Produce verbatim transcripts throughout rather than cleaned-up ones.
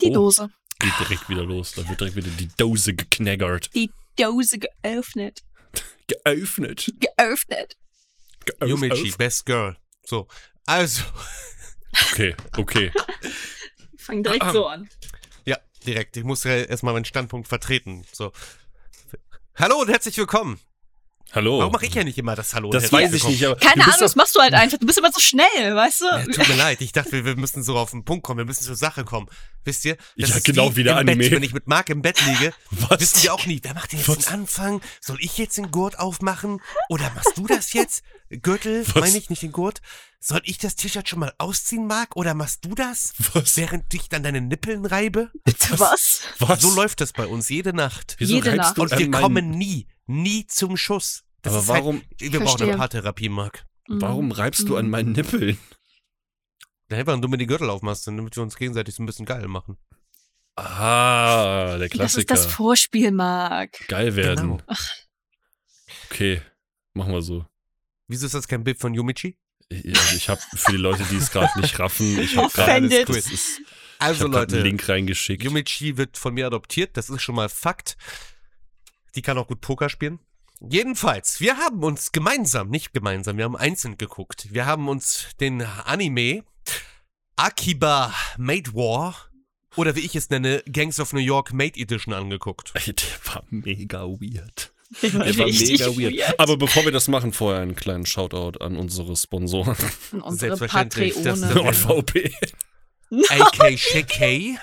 die Oh. Dose. Geht direkt wieder los. Da wird direkt wieder die Dose geknaggert. Die Dose geöffnet. Geöffnet. Geöffnet. Geöff- Yumichi, öff- Best Girl. So, also, Okay, okay. Fang direkt Ah. so an. ja, direkt. Ich muss ja erstmal meinen Standpunkt vertreten. So. Hallo und herzlich willkommen. Hallo. Warum mache ich ja nicht immer das Hallo und Das herzlich weiß ich willkommen? nicht, aber Keine du Ahnung, bist das machst du halt einfach. Du bist immer so schnell, weißt du? Ja, tut mir leid, ich dachte, wir, wir müssen so auf den Punkt kommen, wir müssen zur Sache kommen. Wisst ihr? Das Ja, ist genau wie der im Anime. Bett, wenn ich mit Marc im Bett liege, Was? wissen wir auch nie, wer macht denn jetzt Was? den Anfang? Soll ich jetzt den Gurt aufmachen? Oder machst du das jetzt? Gürtel, Was? meine ich, nicht den Gurt. Soll ich das T-Shirt schon mal ausziehen, Marc? Oder machst du das? Was? Während ich dann deine Nippeln reibe? Was? Was? So läuft das bei uns, jede Nacht. Wieso Jede reibst Nacht. du Und an wir meinen- kommen nie, nie zum Schuss. Das Aber ist warum- Halt, wir brauchen Verstehe. eine Paartherapie, Marc. Warum reibst du an meinen Nippeln? Daher, wenn du mir die Gürtel aufmachst, damit wir uns gegenseitig so ein bisschen geil machen. Ah, der Das Klassiker. ist das Vorspiel, Marc. Geil werden. Genau. Okay, machen wir so. Wieso ist das kein Bild von Yumichi? Ich, also ich habe für die Leute, die es gerade nicht raffen, ich habe Offended. gerade ich Also hab grad Leute, einen Link reingeschickt. Yumichi wird von mir adoptiert, das ist schon mal Fakt. Die kann auch gut Poker spielen. Jedenfalls, wir haben uns gemeinsam, nicht gemeinsam, wir haben einzeln geguckt. Wir haben uns den Anime Akiba Maid War oder wie ich es nenne, Gangs of New York Maid Edition angeguckt. Der war mega weird. Der war Der war richtig mega weird. weird. Aber bevor wir das machen, vorher einen kleinen Shoutout an unsere Sponsoren. Und unsere Selbstverständlich, das- Patreone. NordVP. A K J K,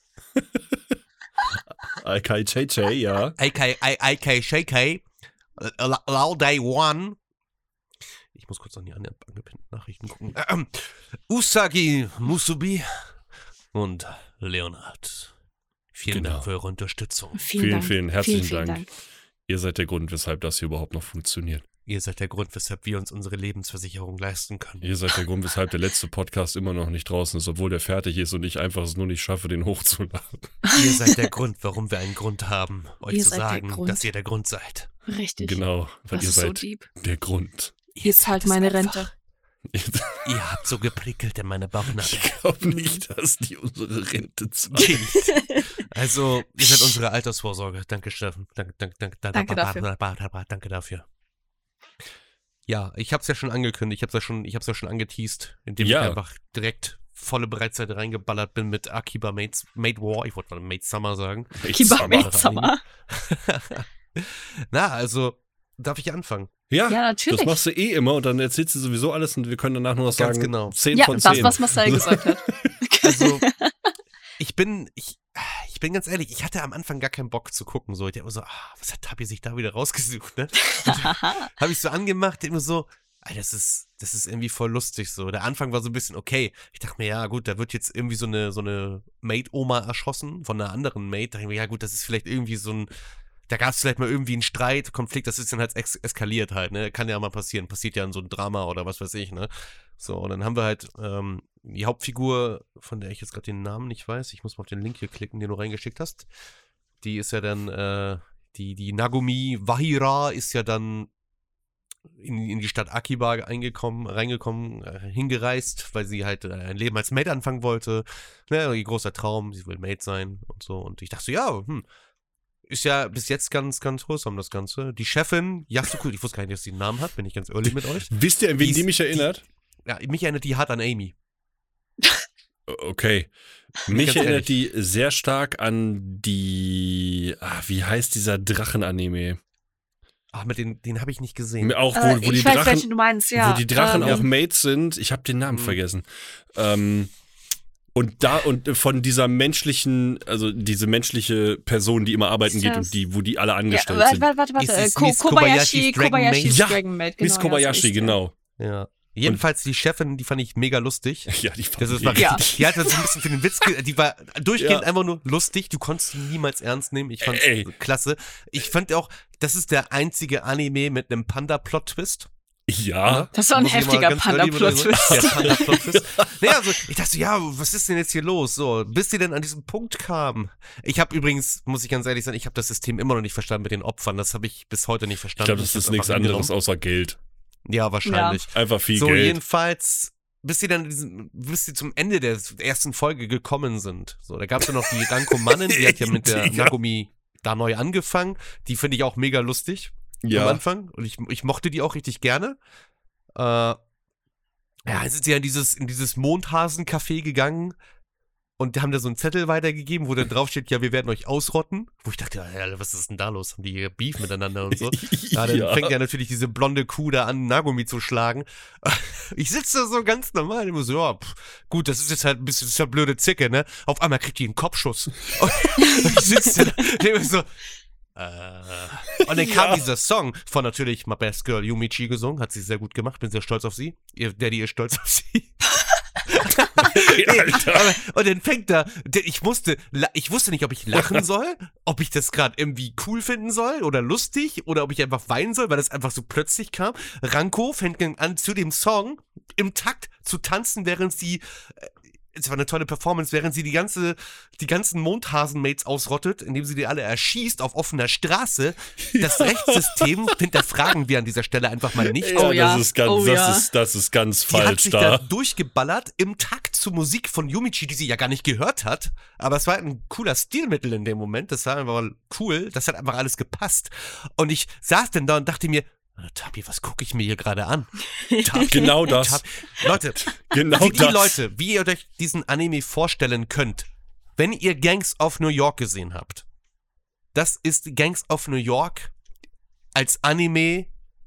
I K J J, ja. A K A K J K, All Day One. Ich muss kurz an die ange- angepinnten Nachrichten gucken. Ähm, Usagi Musubi und Leonard. Vielen Genau. Dank für eure Unterstützung. Vielen, Vielen, Dank. vielen herzlichen vielen, Dank. Dank. Ihr seid der Grund, weshalb das hier überhaupt noch funktioniert. Ihr seid der Grund, weshalb wir uns unsere Lebensversicherung leisten können. Ihr seid der Grund, weshalb der letzte Podcast immer noch nicht draußen ist, obwohl der fertig ist und ich einfach es nur nicht schaffe, den hochzuladen. Ihr seid der Grund, warum wir einen Grund haben, euch Ihr zu seid der sagen, Grund. dass ihr der Grund seid. Richtig. Genau, weil Das ihr ist so seid deep. der Grund. Ihr zahlt seid es meine einfach. Rente. Ich Ihr habt so geprickelt in meine Bauchnabel. glaube nicht, dass die unsere Rente zahlen. Geht. Also, ihr seid unsere Altersvorsorge. Danke, Steffen. Danke, danke, danke, Danke dafür. Danke dafür. Ja, ich hab's ja schon angekündigt, ich hab's ja schon, ich hab's ja schon angeteased, indem Ja. ich einfach direkt volle Bereitszeit reingeballert bin mit Akiba Maid, Maid War. Ich wollte mal Maid Summer sagen. Kiba Summer. Maid Summer. Na, also, darf ich anfangen? Ja, Ja, natürlich. das machst du eh immer und dann erzählst du sowieso alles und wir können danach nur noch Ganz sagen, genau. zehn Ja, von das, zehn. was Marcel gesagt hat. Also, ich bin, ich, ich bin ganz ehrlich, ich hatte am Anfang gar keinen Bock zu gucken. So, ich dachte immer so, ah, was hat Tabi sich da wieder rausgesucht, ne? Habe ich so angemacht, immer so, Alter, das ist, das ist irgendwie voll lustig so. Der Anfang war so ein bisschen okay. Ich dachte mir, ja gut, da wird jetzt irgendwie so eine, so eine Maid-Oma erschossen von einer anderen Maid. Da dachte ich mir, ja gut, das ist vielleicht irgendwie so ein, da gab es vielleicht mal irgendwie einen Streit, Konflikt, das ist dann halt ex eskaliert halt, ne? Kann ja mal passieren, passiert ja in so ein Drama oder was weiß ich, ne? So, und dann haben wir halt ähm, die Hauptfigur, von der ich jetzt gerade den Namen nicht weiß, ich muss mal auf den Link hier klicken, den du reingeschickt hast. Die ist ja dann, äh, die, die Nagumi Wahira ist ja dann in, in die Stadt Akiba eingekommen, reingekommen, äh, hingereist, weil sie halt äh, ein Leben als Maid anfangen wollte. Ne, ihr großer Traum, sie will Maid sein und so. Und ich dachte so, ja, hm, ist ja bis jetzt ganz, ganz wholesome, das Ganze. Die Chefin, Yasuko, ich wusste gar nicht, dass sie einen Namen hat, bin ich ganz ehrlich mit euch. Wisst ihr, an wen Die die ist- mich erinnert? Ja, mich erinnert die hart an Amy. Okay. Mich Ganz erinnert die sehr stark an die, ah, wie heißt dieser Drachen-Anime? Ach, mit den, den habe ich nicht gesehen. Auch wo, Äh, wo, die ich weiß, Drachen, welchen du meinst, ja. wo die Drachen ähm, auch Mates sind. Ich habe den Namen Mhm. vergessen. Ähm, und da und von dieser menschlichen, also diese menschliche Person, die immer arbeiten Ist geht das- und die, wo die alle Ja, angestellt warte, sind. warte, warte. warte. Ist Äh, es Ko Miss Kobayashi, Kobayashi's Dragon Kobayashi's Maid? Ja, Dragon Maid. Genau, Miss ja, so Kobayashi, ist der. genau. Ja. Jedenfalls die Chefin, die fand ich mega lustig. Ja, die fand Das ist ich- war Ja. richtig, die hat so ein bisschen für den Witz, ge- die war durchgehend Ja. einfach nur lustig, du konntest die niemals ernst nehmen, ich fand's Ey. klasse. Ich fand auch, das ist der einzige Anime mit einem Panda-Plot-Twist. Ja. Das war ein Muss ich mal heftiger ganz ehrlich mit euch sagen. Panda-Plot-Twist. Ja, Panda-Plot-Twist. Naja, also ich dachte so, ja, was ist denn jetzt hier los? So, bis die denn an diesen Punkt kamen. Ich habe übrigens, muss ich ganz ehrlich sagen, ich habe das System immer noch nicht verstanden mit den Opfern. Das habe ich bis heute nicht Ich verstanden. glaube, das ist hab's nichts einfach anderes hingenommen. außer Geld. Ja, wahrscheinlich. Einfach viel So, Geld. jedenfalls bis sie dann diesen, bis sie zum Ende der ersten Folge gekommen sind. So, da gab es ja noch die Ranko Mannen, die hat ja mit der Digga. Nagomi da neu angefangen. Die finde ich auch mega lustig Ja. am Anfang. Und ich, ich mochte die auch richtig gerne. Äh, ja, dann sind sie ja in dieses, in dieses Mondhasen-Café gegangen und haben da so einen Zettel weitergegeben, wo dann draufsteht, ja, wir werden euch ausrotten. Wo ich dachte, ja, was ist denn da los? Haben die hier Beef miteinander und so? Ja, dann Ja. fängt ja natürlich diese blonde Kuh da an, Nagomi zu schlagen. Ich sitze da so ganz normal, immer so, ja, pff, gut, das ist jetzt halt ein bisschen, das ist ja blöde Zicke, ne? Auf einmal kriegt die einen Kopfschuss. Und ich sitze da, und immer so, äh. Und dann kam Ja. dieser Song von natürlich My Best Girl Yumichi gesungen, hat sie sehr gut gemacht, bin sehr stolz auf sie. Ihr Daddy ist stolz auf sie. Ey, Alter. Aber, und dann fängt da, der- ich musste, la- ich wusste nicht, ob ich lachen soll, ob ich das gerade irgendwie cool finden soll oder lustig oder ob ich einfach weinen soll, weil das einfach so plötzlich kam. Ranko fängt dann an, zu dem Song im Takt zu tanzen, während sie, äh, es war eine tolle Performance, während sie die ganze, die ganzen Mondhasen-Mates ausrottet, indem sie die alle erschießt auf offener Straße. Das Rechtssystem hinterfragen wir an dieser Stelle einfach mal nicht. Ja, Oh ja. das ist ganz, Oh das ja. ist, das ist ganz Die hat falsch sich da. da durchgeballert im Takt zur Musik von Yumichi, die sie ja gar nicht gehört hat. Aber es war ein cooler Stilmittel in dem Moment. Das war einfach cool. Das hat einfach alles gepasst. Und ich saß dann da und dachte mir, Tabi, was gucke ich mir hier gerade an? Tabi, Genau das. Tabi. Leute, Genau für die das. Leute, wie ihr euch diesen Anime vorstellen könnt, wenn ihr Gangs of New York gesehen habt, das ist Gangs of New York als Anime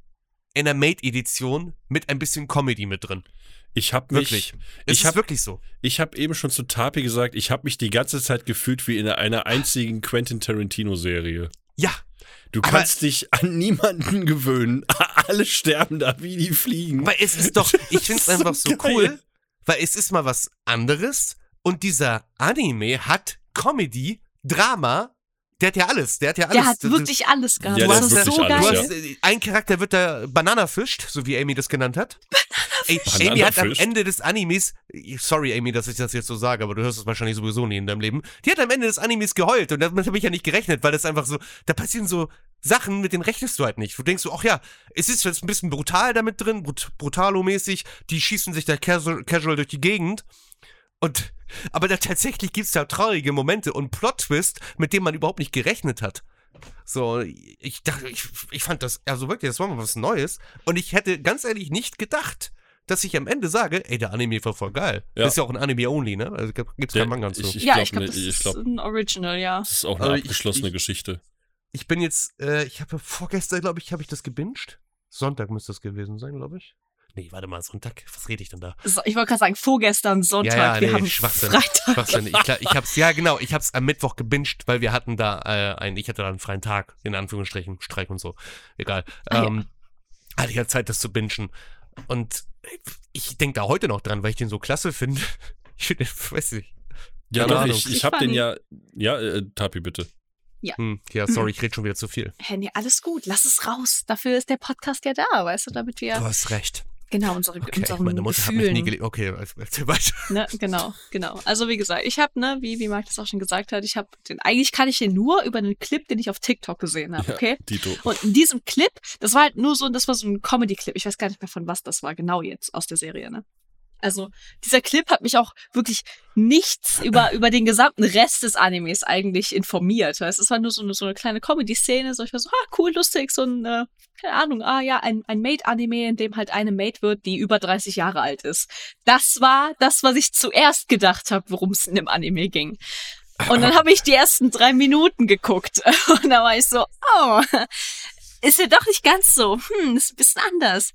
in der Made-Edition mit ein bisschen Comedy mit drin. Ich habe mich, Wirklich. Es ich ist habe wirklich so. ich hab eben schon zu Tapi gesagt, ich habe mich die ganze Zeit gefühlt wie in einer einzigen Quentin Tarantino-Serie. Ja, Du Aber- kannst dich an niemanden gewöhnen. Alle sterben da wie die Fliegen. weil es ist doch, ich finde es Das ist einfach so so geil. cool, weil es ist mal was anderes und dieser Anime hat Comedy, Drama, der hat ja alles, der hat ja alles. Der hat Das- wirklich alles gehabt. Ja, Du der das hat ist wirklich so alles, geil. Du hast, äh, ein Charakter wird da Banana fischt, so wie Amy das genannt hat. Ey, Amy hat am Bananafischt. Ende des Animes, sorry Amy, dass ich das jetzt so sage, aber du hörst es wahrscheinlich sowieso nie in deinem Leben. Die hat am Ende des Animes geheult und damit habe ich ja nicht gerechnet, weil das einfach so, da passieren so Sachen, mit denen rechnest du halt nicht. Du denkst so, ach ja, es ist jetzt ein bisschen brutal damit drin, brut brutalo-mäßig, die schießen sich da casual, casual durch die Gegend. Und, aber da tatsächlich gibt's da traurige Momente und Plot-Twist, mit dem man überhaupt nicht gerechnet hat. So, ich dachte, ich, ich fand das, also wirklich, das war mal was Neues. Und ich hätte ganz ehrlich nicht gedacht, dass ich am Ende sage, ey, der Anime war voll geil. Ja. Das ist ja auch ein Anime-only, ne? Also gibt's Der- kein Manga zu. ich- Ich, ja, glaub ich glaube, ne- das ich ist glaub- ein Original, ja. Das ist auch eine Aber ich- abgeschlossene ich- Geschichte. bin jetzt, äh, ich habe vorgestern, glaube ich, habe ich das gebinged. Sonntag müsste das gewesen sein, glaube ich. Nee, warte mal, Sonntag, was rede ich denn da? So, ich wollte gerade sagen, vorgestern Sonntag, Ja, ja, wir nee, haben Schwachsinn. Freitag. Schwachsinn. Ich, klar, ich hab's, ja genau, ich hab's am Mittwoch gebinged, weil wir hatten da äh, einen, ich hatte da einen freien Tag, in Anführungsstrichen, Streik und so. Egal. Ah, ja. ähm, hatte ich halt Zeit, das zu bingen. Und ich denke da heute noch dran, weil ich den so klasse finde. Ich finde, weiß nicht. Ja, Keine doch, Ahnung. ich, ich Ich habe fand den ihn- ja. Ja, äh, Tapi, bitte. Hm, ja, sorry, ich rede schon wieder zu viel. Hey, nee, alles gut, lass es raus. Dafür ist der Podcast ja da, weißt du, damit wir Du hast recht. genau unsere, Okay, unseren meine Mutter hat mich Gefühlen. nie geliebt. Okay, also, erzähl weiter. Ne, genau, genau. Also wie gesagt, ich habe, ne, wie, wie Marc das auch schon gesagt hat, ich habe den, eigentlich kann ich den nur über einen Clip, den ich auf TikTok gesehen habe, okay? Ja, Tito. Und in diesem Clip, das war halt nur so, das war so ein Comedy-Clip. Ich weiß gar nicht mehr von was das war, genau jetzt aus der Serie, ne? Also, dieser Clip hat mich auch wirklich nichts über, über den gesamten Rest des Animes eigentlich informiert. Weißt? Es war nur so eine, so eine kleine Comedy-Szene, so ich war so, ah, cool, lustig, so ein, äh, keine Ahnung, ah ja, ein, ein Maid-Anime, in dem halt eine Maid wird, die über dreißig Jahre alt ist. Das war das, was ich zuerst gedacht habe, worum es in dem Anime ging. Und dann habe ich die ersten drei Minuten geguckt und da war ich so, oh, ist ja doch nicht ganz so, hm, ist ein bisschen anders.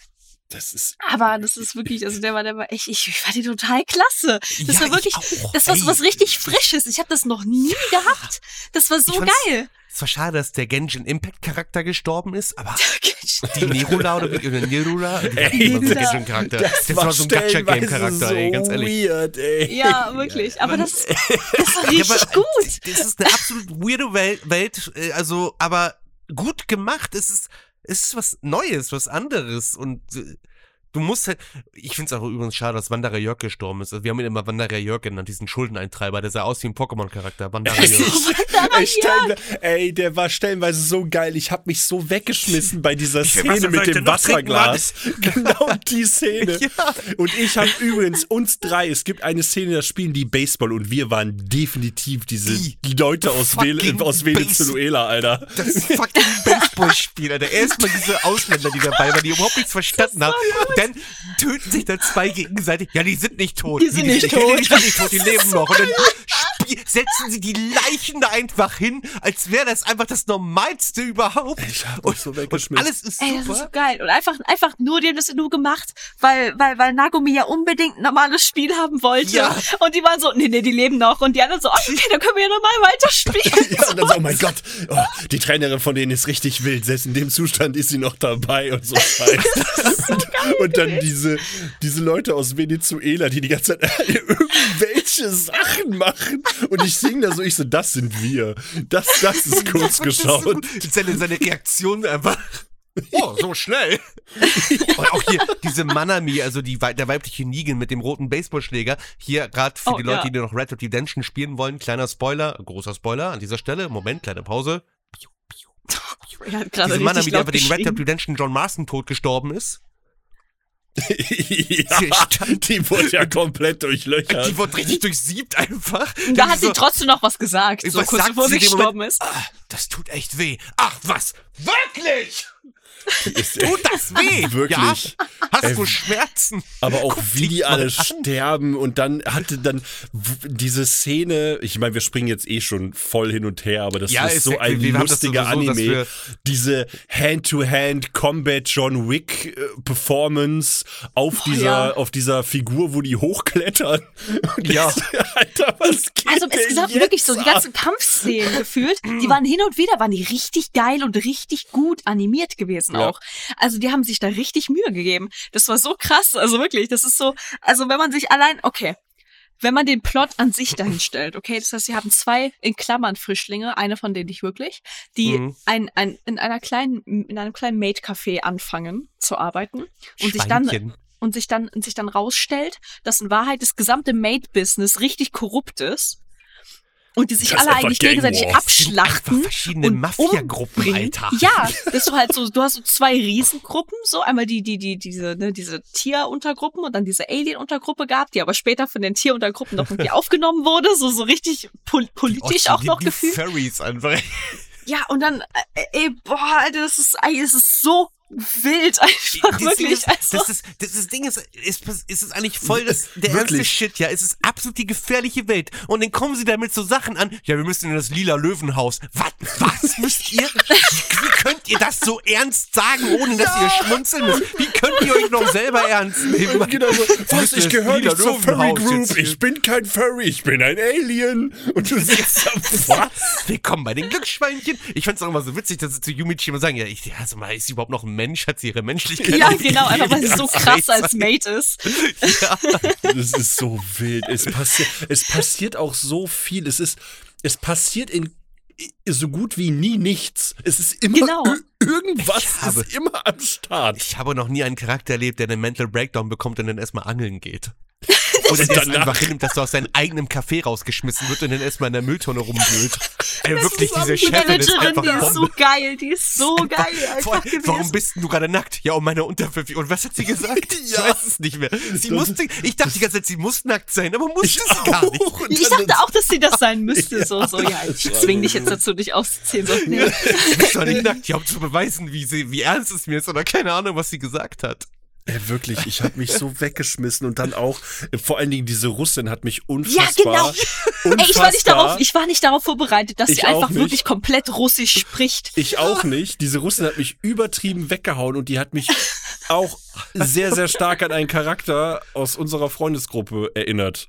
Das ist. Aber das ist wirklich, also der war, der war echt, ich, ich fand den total klasse. Das Ja, war wirklich, ich auch. das war so Ey. was richtig Frisches. Ich habe das noch nie gehabt. Das war so Ich fand's- geil. Es war schade, dass der Genshin Impact Charakter gestorben ist, aber die Nerula oder, oder Nerula, die Ey, war so ein das- Genshin Charakter. Das, war so ein Gacha-Game-Charakter, so ey, ganz ehrlich. weird, ey. Ja, wirklich. Aber das, das war Ja, richtig aber gut. Das ist eine absolut weirde Welt, Welt, äh, also, aber gut gemacht. Es ist, es ist was Neues, was anderes und äh, Du musst halt, ich find's auch übrigens schade, dass Wanderer Jörg gestorben ist. Also wir haben ihn immer Wanderer Jörg genannt, diesen Schuldeneintreiber, der sah aus wie ein Pokémon-Charakter. Wanderer Jörg. ey, stellen, ey, der war stellenweise so geil. Ich hab mich so weggeschmissen bei dieser Ich will Szene Wasser, mit soll ich dem denn noch trinken, Wasserglas. Genau die Szene. Ja. Und ich habe übrigens, uns drei, es gibt eine Szene, da spielen die Baseball und wir waren definitiv diese Die Leute aus, fucking Ve- aus Venezuela, Alter. Das fucking Baseballspiel, Alter. Erstmal diese Ausländer, die dabei waren, die überhaupt nichts verstanden haben. Und dann töten sich dann zwei gegenseitig. Ja, die sind nicht tot. Die sind nicht die, tot. Die sind nicht tot, die leben noch. Und dann spie- setzen sie die Leichen da einfach hin, als wäre das einfach das Normalste überhaupt. Ich hab und, mich so und weggeschmissen. alles ist Ey, das ist super. so geil. Und einfach, einfach nur, die haben das nur gemacht, weil, weil, weil Nagomi ja unbedingt ein normales Spiel haben wollte. Ja. Und die waren so, nee, nee, die leben noch. Und die anderen so, oh, okay, dann können wir ja normal weiterspielen. Ja, und dann so, oh mein Gott, oh, die Trainerin von denen ist richtig wild. Selbst in dem Zustand ist sie noch dabei und so Scheiß. und, und dann diese, diese Leute aus Venezuela, die die ganze Zeit irgendwelche Sachen machen. Und ich singe da so, ich so, das sind wir. Das, das ist kurz geschaut. Seine, seine Reaktion einfach. Oh, so schnell. Und auch hier diese Manami, also die, der weibliche Negan mit dem roten Baseballschläger. Hier gerade für Oh, die Leute, ja. die noch Red Dead Redemption spielen wollen. Kleiner Spoiler, großer Spoiler an dieser Stelle. Moment, kleine Pause. Er hat gerade Diese Manami, richtig die laut einfach den Red Dead geschrien. Redemption John Marston tot gestorben ist. Ja, die wurde ja komplett durchlöchert. Die wurde richtig durchsiebt einfach. Und da Dann hat sie so, trotzdem noch was gesagt, so was kurz sagt bevor sie sie in dem gestorben Moment? ist. Ah, das tut echt weh. Ach was, wirklich? Ist Tut das weh? Wirklich. Ja? Hast Ey, du Schmerzen? Aber auch Guck wie dich die mal alle an. sterben und dann hatte dann w- diese Szene, ich meine, wir springen jetzt eh schon voll hin und her, aber das Ja, ist ist so ja- ein wir haben das lustiger sowieso, dass Anime. wir- Diese Hand-to-Hand Combat John Wick äh, Performance auf Oh, dieser ja. auf dieser Figur, wo die hochklettern. Und Ja. das- Alter, was geht Also denn insgesamt jetzt wirklich so, die ab? ganzen Kampfszenen gefühlt, die waren hin und wieder, waren die richtig geil und richtig gut animiert gewesen Ja. auch. Also die haben sich da richtig Mühe gegeben. Das war so krass, also wirklich, das ist so, also wenn man sich allein, okay, wenn man den Plot an sich dahin stellt, okay, das heißt, sie haben zwei, in Klammern, Frischlinge, eine von denen nicht wirklich, die Mhm. ein, ein, in einer kleinen, in einem kleinen Maid-Café anfangen zu arbeiten und sich dann Schweinchen. und sich dann, und sich dann rausstellt, dass in Wahrheit das gesamte Maid-Business richtig korrupt ist. Und die sich Das ist alle einfach eigentlich Gang gegenseitig Wars. abschlachten. Einfach verschiedene und Mafia-Gruppen, umbringen. Alter. Ja, dass du halt so, du hast so zwei Riesengruppen, so einmal die, die, die, diese, ne, diese Tieruntergruppen und dann diese Alien-Untergruppe gab, die aber später von den Tieruntergruppen noch irgendwie aufgenommen wurde, so, so richtig pol politisch auch die, noch die gefühlt. Furries einfach. Ja, und dann, äh, ey, boah, Alter, das ist, ey, das ist so wild einfach, Das Ding wirklich. ist, Also, das, ist, das, das Ding ist, ist, ist es eigentlich voll das, der Wirklich. ernste Shit, ja. Es ist absolut die gefährliche Welt. Und dann kommen sie damit so Sachen an. Ja, wir müssen in das lila Löwenhaus. Was, was müsst ihr? Wie könnt ihr das so ernst sagen, ohne dass ihr schmunzeln müsst? Wie könnt ihr euch noch selber ernst nehmen? Genau so, was, ich gehöre lila nicht zur Furry Löwenhaus Group, jetzt. ich bin kein Furry, ich bin ein Alien. Und du sitzt da, was? Willkommen bei den Glücksschweinchen. Ich find's auch immer so witzig, dass sie zu Yumichi immer sagen, ja, ich, ja, also mal, ist sie überhaupt noch ein Mensch? Hat sie ihre Menschlichkeit ja, aufgegeben? genau, einfach weil sie so krass als Scheiße. Mate ist. Ja. Das ist so wild. Es passiert, es passiert auch so viel. Es ist, es passiert in so gut wie nie nichts. Es ist immer Genau. ir- irgendwas Ich habe- ist immer am Start. Ich habe noch nie einen Charakter erlebt, der einen Mental Breakdown bekommt und dann erstmal angeln geht. Oder der es danach- einfach hinnimmt, dass er aus seinem eigenen Café rausgeschmissen wird und dann erstmal in der Mülltonne rumwühlt. Ey, wirklich, diese Die Chefin ist Managerin, einfach die ist so Bombe. geil, die ist so geil Vor- einfach gewesen. Warum bist denn du gerade nackt? Ja, um meine Unterwürfe. Und was hat sie gesagt? Ich Ja. weiß es nicht mehr. Sie Das- musste, ich dachte die ganze Zeit, sie muss nackt sein, aber musste Ich sie gar nicht. auch. Und Ich dann- dachte auch, dass sie das sein müsste, Ja, so, so, ja, ich das war zwing dich so jetzt dazu, dich auszuziehen, so, nee. Du bist doch nicht nackt. Ja, um zu beweisen, wie, sie, wie ernst es mir ist oder keine Ahnung, was sie gesagt hat. Ey, wirklich, ich habe mich so weggeschmissen und dann auch, äh, vor allen Dingen diese Russin hat mich Ja, unfassbar, genau. unfassbar, Ey, ich war nicht darauf, ich war nicht darauf vorbereitet, dass Ich sie einfach auch nicht. wirklich komplett russisch spricht. Ich auch nicht. Diese Russin hat mich übertrieben weggehauen und die hat mich auch sehr, sehr stark an einen Charakter aus unserer Freundesgruppe erinnert.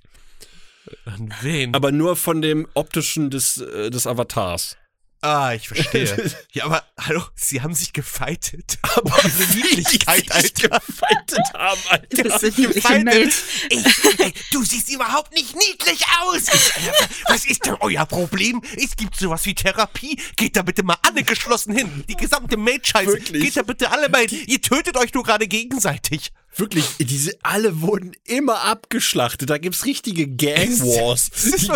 An wen? Aber nur von dem optischen des, äh, des Avatars. Ah, ich verstehe. Ja, aber hallo, sie haben sich gefeitet. Aber diese Niedlichkeit, wie die sich Alter. gefeitet haben, Du Alter. bist eine liebliche Gefeitet. Mate. Ich, ey, du siehst überhaupt nicht niedlich aus. Ich, äh, was ist denn euer Problem? Es gibt sowas wie Therapie. Geht da bitte mal alle geschlossen hin. Die gesamte Mate-Scheiße. Wirklich. Geht da bitte alle mal hin. Ihr tötet euch nur gerade gegenseitig. Wirklich, diese alle wurden immer abgeschlachtet. Da gibt's richtige Gang Wars. Die, Die,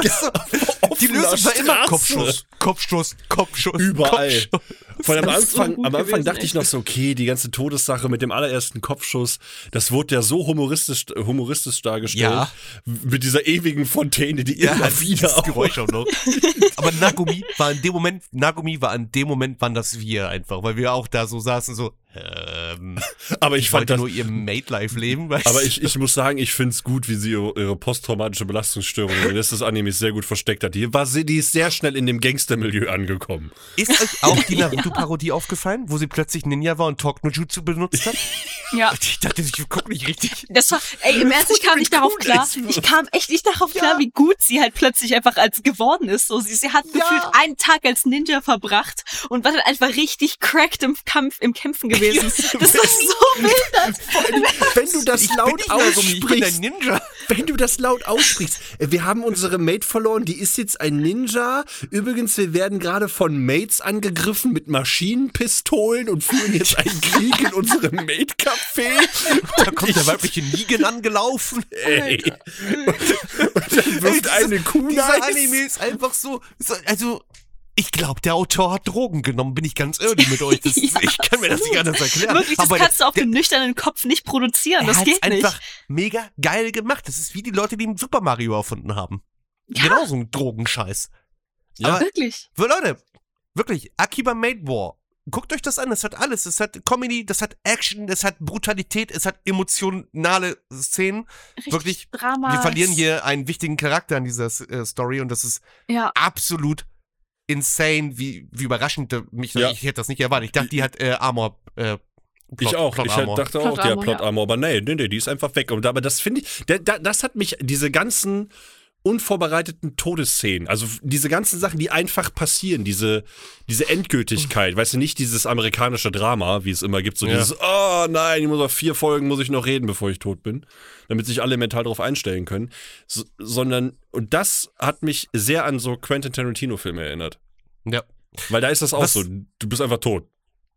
die Lösung war immer Kopfschuss, Kopfschuss, Kopfschuss. Überall. Kopfschuss. Von am Das ist so Anfang, gut am Anfang gewesen, dachte ich echt. noch so, okay, die ganze Todessache mit dem allerersten Kopfschuss, das wurde ja so humoristisch, humoristisch dargestellt. Ja. Mit dieser ewigen Fontäne, die Ja, immer das wieder Geräusch auch noch. Aber Nagumi war in dem Moment, Nagumi war in dem Moment, waren das wir einfach, weil wir auch da so saßen, so, ähm, Aber ich ich fand wollte das, nur ihr Mate-Life leben, weißt aber du? ich, ich muss sagen, ich find's gut, wie sie ihre, ihre posttraumatische Belastungsstörung im Rest des Animes sehr gut versteckt hat. Die, war, sie- die ist sehr schnell in dem Gangstermilieu angekommen. Ist euch auch die Naruto-Parodie aufgefallen, wo sie plötzlich Ninja war und Talk no Jutsu benutzt hat? Ja. Ich dachte, ich guck nicht richtig. Das war, ey, im Ernst, ich kam nicht darauf klar. Ich kam echt nicht darauf klar, wie gut sie halt plötzlich einfach als geworden ist. So, sie, sie hat gefühlt einen Tag als Ninja verbracht und war dann einfach richtig cracked im Kampf, im Kämpfen gewesen. Das war so wild. Vor allem, wenn du das Ich bin laut nicht Nagumi, ich bin ein aussprichst, Ninja. wenn du das laut aussprichst, äh, wir haben unsere Mate verloren, die ist jetzt ein Ninja. Übrigens, wir werden gerade von Mates angegriffen mit Maschinenpistolen und führen jetzt einen Krieg in unserem Mate-Café. Da kommt der weibliche Negan angelaufen. Ey. Und, und dann wirft Ey, eine Kuh Dieser nice. Anime ist einfach so, so also ich glaube, der Autor hat Drogen genommen, bin ich ganz ehrlich mit euch. Das, Ja, ich kann mir das nicht anders erklären. Wirklich, das Aber kannst du auf der, dem nüchternen Kopf nicht produzieren. der Das hat's geht nicht. einfach mega geil gemacht. Das ist wie die Leute, die Super Mario erfunden haben. Ja. Genau so ein Drogenscheiß. Ja. Aber Wirklich. für Leute, wirklich, Akiba Made War. Guckt euch das an, es hat alles. Es hat Comedy, das hat Action, es hat Brutalität, es hat emotionale Szenen. Richtig Wirklich, Drama. Wir verlieren hier einen wichtigen Charakter in dieser äh, Story und das ist Ja. absolut insane, wie, wie überraschend äh, mich, Ja. ich hätte das nicht erwartet. Ich dachte, die hat äh, Armor, äh, Plot, Ich auch. Plot ich Armor. dachte Plot auch, die hat Armor, Plot ja. Armor, aber nee, nee, nee, die ist einfach weg. Und aber das finde ich, der, da, das hat mich, diese ganzen unvorbereiteten Todesszenen, also diese ganzen Sachen, die einfach passieren, diese, diese Endgültigkeit, weißt du, nicht dieses amerikanische Drama, wie es immer gibt, so Ja. dieses, oh nein, ich muss auf vier Folgen muss ich noch reden, bevor ich tot bin, damit sich alle mental darauf einstellen können, so, sondern, und das hat mich sehr an so Quentin Tarantino-Filme erinnert. Ja. Weil da ist das auch Was- so, du bist einfach tot.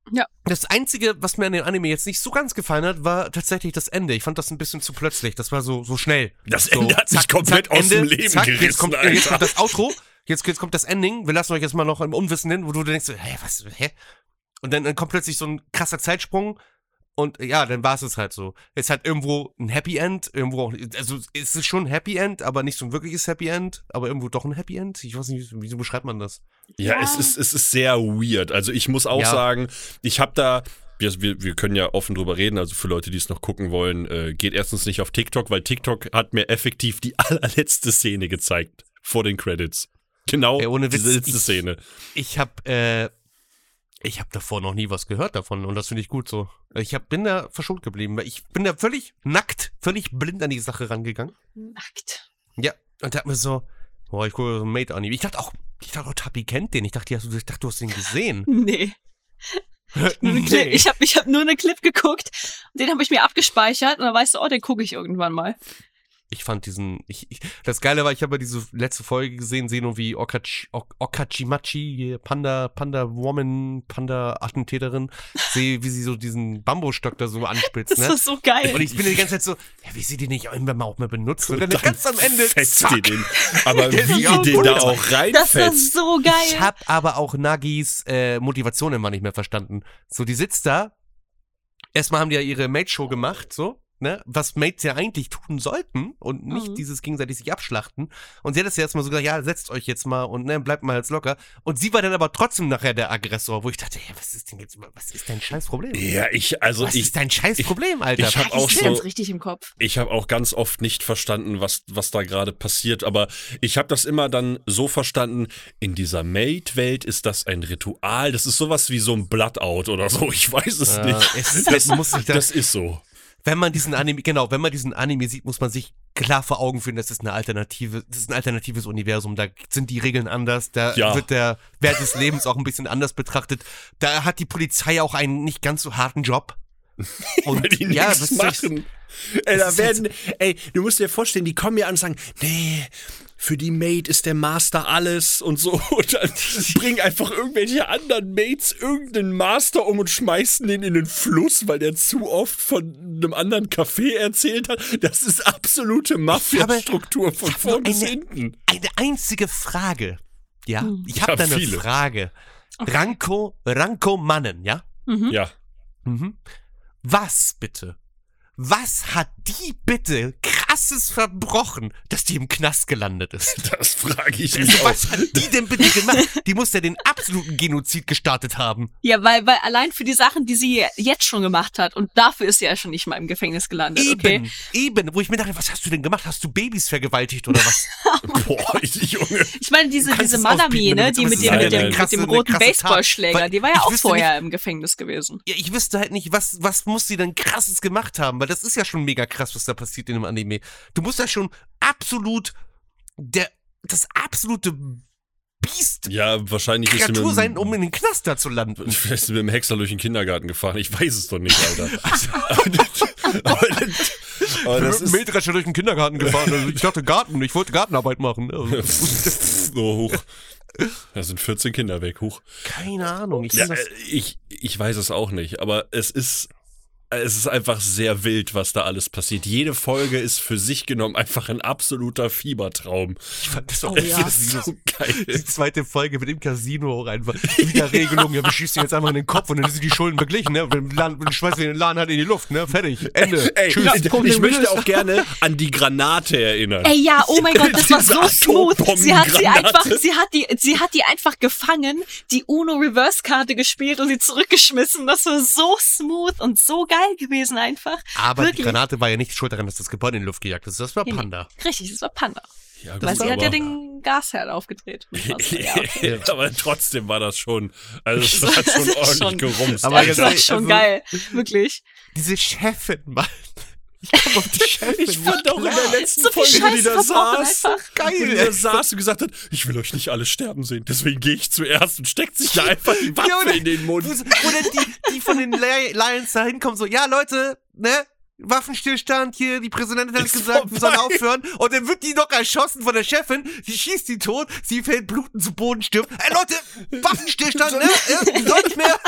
Das Einzige, was mir an dem Anime jetzt nicht so ganz gefallen hat, war tatsächlich das Ende. Ich fand das ein bisschen zu plötzlich. Das war so, so schnell. Das so, Ende hat sich komplett aus dem Leben zack, gerissen, jetzt kommt, Alter. jetzt kommt das Outro, jetzt, jetzt kommt das Ending. Wir lassen euch jetzt mal noch im Unwissen hin, wo du denkst, so, hä, was, hä? Und dann, dann kommt plötzlich so ein krasser Zeitsprung. Und ja, dann war es halt so. Es hat irgendwo ein Happy End, irgendwo auch, also es ist schon ein Happy End, aber nicht so ein wirkliches Happy End, aber irgendwo doch ein Happy End. Ich weiß nicht, wieso beschreibt man das? Ja, Ja. Es, ist, es ist sehr weird. Also ich muss auch Ja. sagen, ich habe da, wir, wir, wir können ja offen drüber reden, also für Leute, die es noch gucken wollen, äh, geht erstens nicht auf TikTok, weil TikTok hat mir effektiv die allerletzte Szene gezeigt vor den Credits. Genau Ey, ohne Witz, diese letzte ich- Szene. Ich hab, äh, ich hab davor noch nie was gehört davon und das finde ich gut so. Ich hab, bin da verschont geblieben, weil ich bin da völlig nackt, völlig blind an die Sache rangegangen. Nackt. Ja, und da hat mir so, boah, ich gucke so einen Mate an. Ich dachte auch, ich dachte auch, Tapi kennt den. Ich dachte, ja, ich dachte, du hast den gesehen. Nee. Nur eine Clip. Ich habe ich hab nur eine Clip geguckt und den habe ich mir abgespeichert und dann weißt du, oh, den gucke ich irgendwann mal. Ich fand diesen, ich, ich, das Geile war, ich habe ja diese letzte Folge gesehen, sehen und wie Okachi, Ok- Okachimachi, hier Panda, Panda Woman, Panda Attentäterin, sehe, wie sie so diesen Bambusstock da so anspitzt, Das ne? war so geil. Und ich bin die ganze Zeit so, ja, wie sie die nicht irgendwann mal auch mal benutzt? Und dann Dann ganz am Ende, fetzt zack. die den. Aber Der ist wie ja die den gut. da auch Das war reinfetzt. so geil. Ich hab aber auch Nagis äh, Motivation immer nicht mehr verstanden. So, die sitzt da. Erstmal haben die ja ihre Mate-Show gemacht, so, ne? Was Mates ja eigentlich tun sollten und nicht Mhm. dieses gegenseitig sich abschlachten. Und sie hat das ja erstmal so gesagt, ja, setzt euch jetzt mal und ne, bleibt mal jetzt locker. Und sie war dann aber trotzdem nachher der Aggressor, wo ich dachte, ja, was ist denn jetzt, was ist dein scheiß Problem? Ja, ich, also was ich, ist dein scheiß Problem, Alter? ich hab ich auch sehe so- ganz richtig im Kopf. Ich habe auch ganz oft nicht verstanden, was, was da gerade passiert, aber ich habe das immer dann so verstanden, in dieser Mate-Welt ist das ein Ritual, das ist sowas wie so ein Bloodout oder so, ich weiß es Äh, nicht. es, Das, man muss sich da, das ist so. wenn man diesen Anime, genau, wenn man diesen Anime sieht, muss man sich klar vor Augen führen, das ist eine Alternative, das ist ein alternatives Universum, da sind die Regeln anders, da Ja. wird der Wert des Lebens auch ein bisschen anders betrachtet, da hat die Polizei auch einen nicht ganz so harten Job. Und Weil die ja, nichts was soll ich- machen. Ey, da ist werden, ey, du musst dir vorstellen, die kommen ja an und sagen, nee, für die Maid ist der Master alles und so. Und dann bringen einfach irgendwelche anderen Maids irgendeinen Master um und schmeißen den in den Fluss, weil der zu oft von einem anderen Café erzählt hat. Das ist absolute Mafia-Struktur von vorn bis hinten. Eine einzige Frage. Ja, Hm. ich habe Ich da hab eine viele. Frage. Okay. Ranko, Ranko Mannen, ja? Mhm. Ja. Mhm. Was bitte? Was hat die bitte krasses verbrochen, dass die im Knast gelandet ist? Das frage ich mich Also, auch. was hat die denn bitte gemacht? Die muss ja den absoluten Genozid gestartet haben. Ja, weil, weil allein für die Sachen, die sie jetzt schon gemacht hat, und dafür ist sie ja schon nicht mal im Gefängnis gelandet, Eben, okay? eben. Wo ich mir dachte, was hast du denn gemacht? Hast du Babys vergewaltigt oder was? Boah, ich, Junge. Ich meine, diese, kannst diese es Manami, aufbieten, ne, damit die du mit was dem, sagen mit dem, kannst. mit dem Krasse- roten eine krasse Tat. Baseballschläger, Weil die war ja ich auch wüsste vorher im Gefängnis gewesen. Ja, ich wüsste halt nicht, was, was muss sie denn krasses gemacht haben, weil das ist ja schon mega krass, was da passiert in dem Anime. Du musst ja schon absolut der, das absolute Biest Ja, wahrscheinlich ist sie mit, Kreatur sein, dem- um in den Knast da zu landen. vielleicht ist sie mit dem Häcksler durch den Kindergarten gefahren. Ich weiß es doch nicht, Alter. aber, das, aber, das, aber das ist Mähdrescher durch den Kindergarten gefahren. Also ich dachte Garten, ich wollte Gartenarbeit machen. so hoch. Da sind vierzehn Kinder weg, hoch. Keine Ahnung. Ich Ja, find äh, ich, ich weiß es auch nicht, aber es ist, es ist einfach sehr wild, was da alles passiert. Jede Folge ist für sich genommen einfach ein absoluter Fiebertraum. ich fand das auch Oh echt ja. Das ist so geil. Die zweite Folge mit dem Casino auch einfach. Widerregelung, ja, wir schießen jetzt einfach in den Kopf und dann sind die Schulden beglichen, ne? Wir laden- wir schmeißen den Laden halt in die Luft, ne? Fertig. Ende. Ey, Tschüss. Ja, ich, Problem ich möchte gelöst. auch gerne an die Granate erinnern. Ey, ja, oh mein Gott, das war Diese so smooth. Sie hat sie Atombomben-Granate. einfach, sie hat die, sie hat die einfach gefangen, die Uno-Reverse-Karte gespielt und sie zurückgeschmissen. Das war so smooth und so geil gewesen einfach. Aber die Wirklich. Granate war ja nicht schuld daran, dass das Gebäude in die Luft gejagt ist. Das war Nee, nee. Panda. Richtig, das war Panda. Ja, Weil gut, sie hat ja aber- den Gasherd aufgedreht. Und was, ja, okay. aber trotzdem war das schon, also es Das hat schon ist ordentlich schon- gerumst. Aber das jetzt- war Alter. schon also- geil. Wirklich. Diese Chefin, Mann. Ich komm auf die Chefin. Ich fand auch in der letzten So viel Folge, wo die da Scheiße verbrochen saß, einfach. geil, wo die ey. da saß und gesagt hat, ich will euch nicht alle sterben sehen, deswegen gehe ich zuerst und steckt sich da einfach die Waffe Ja, oder- in den Mund. Wo, wo denn die, die von den Li- Lions da hinkommen, so, ja, Leute, ne? Waffenstillstand hier, die Präsidentin hat Ist gesagt, wir sollen vorbei. aufhören. Und dann wird die noch erschossen von der Chefin. Die schießt die tot, sie fällt blutend zu Boden, stirbt. Ey Leute, Waffenstillstand, ne? Ja, soll nicht mehr.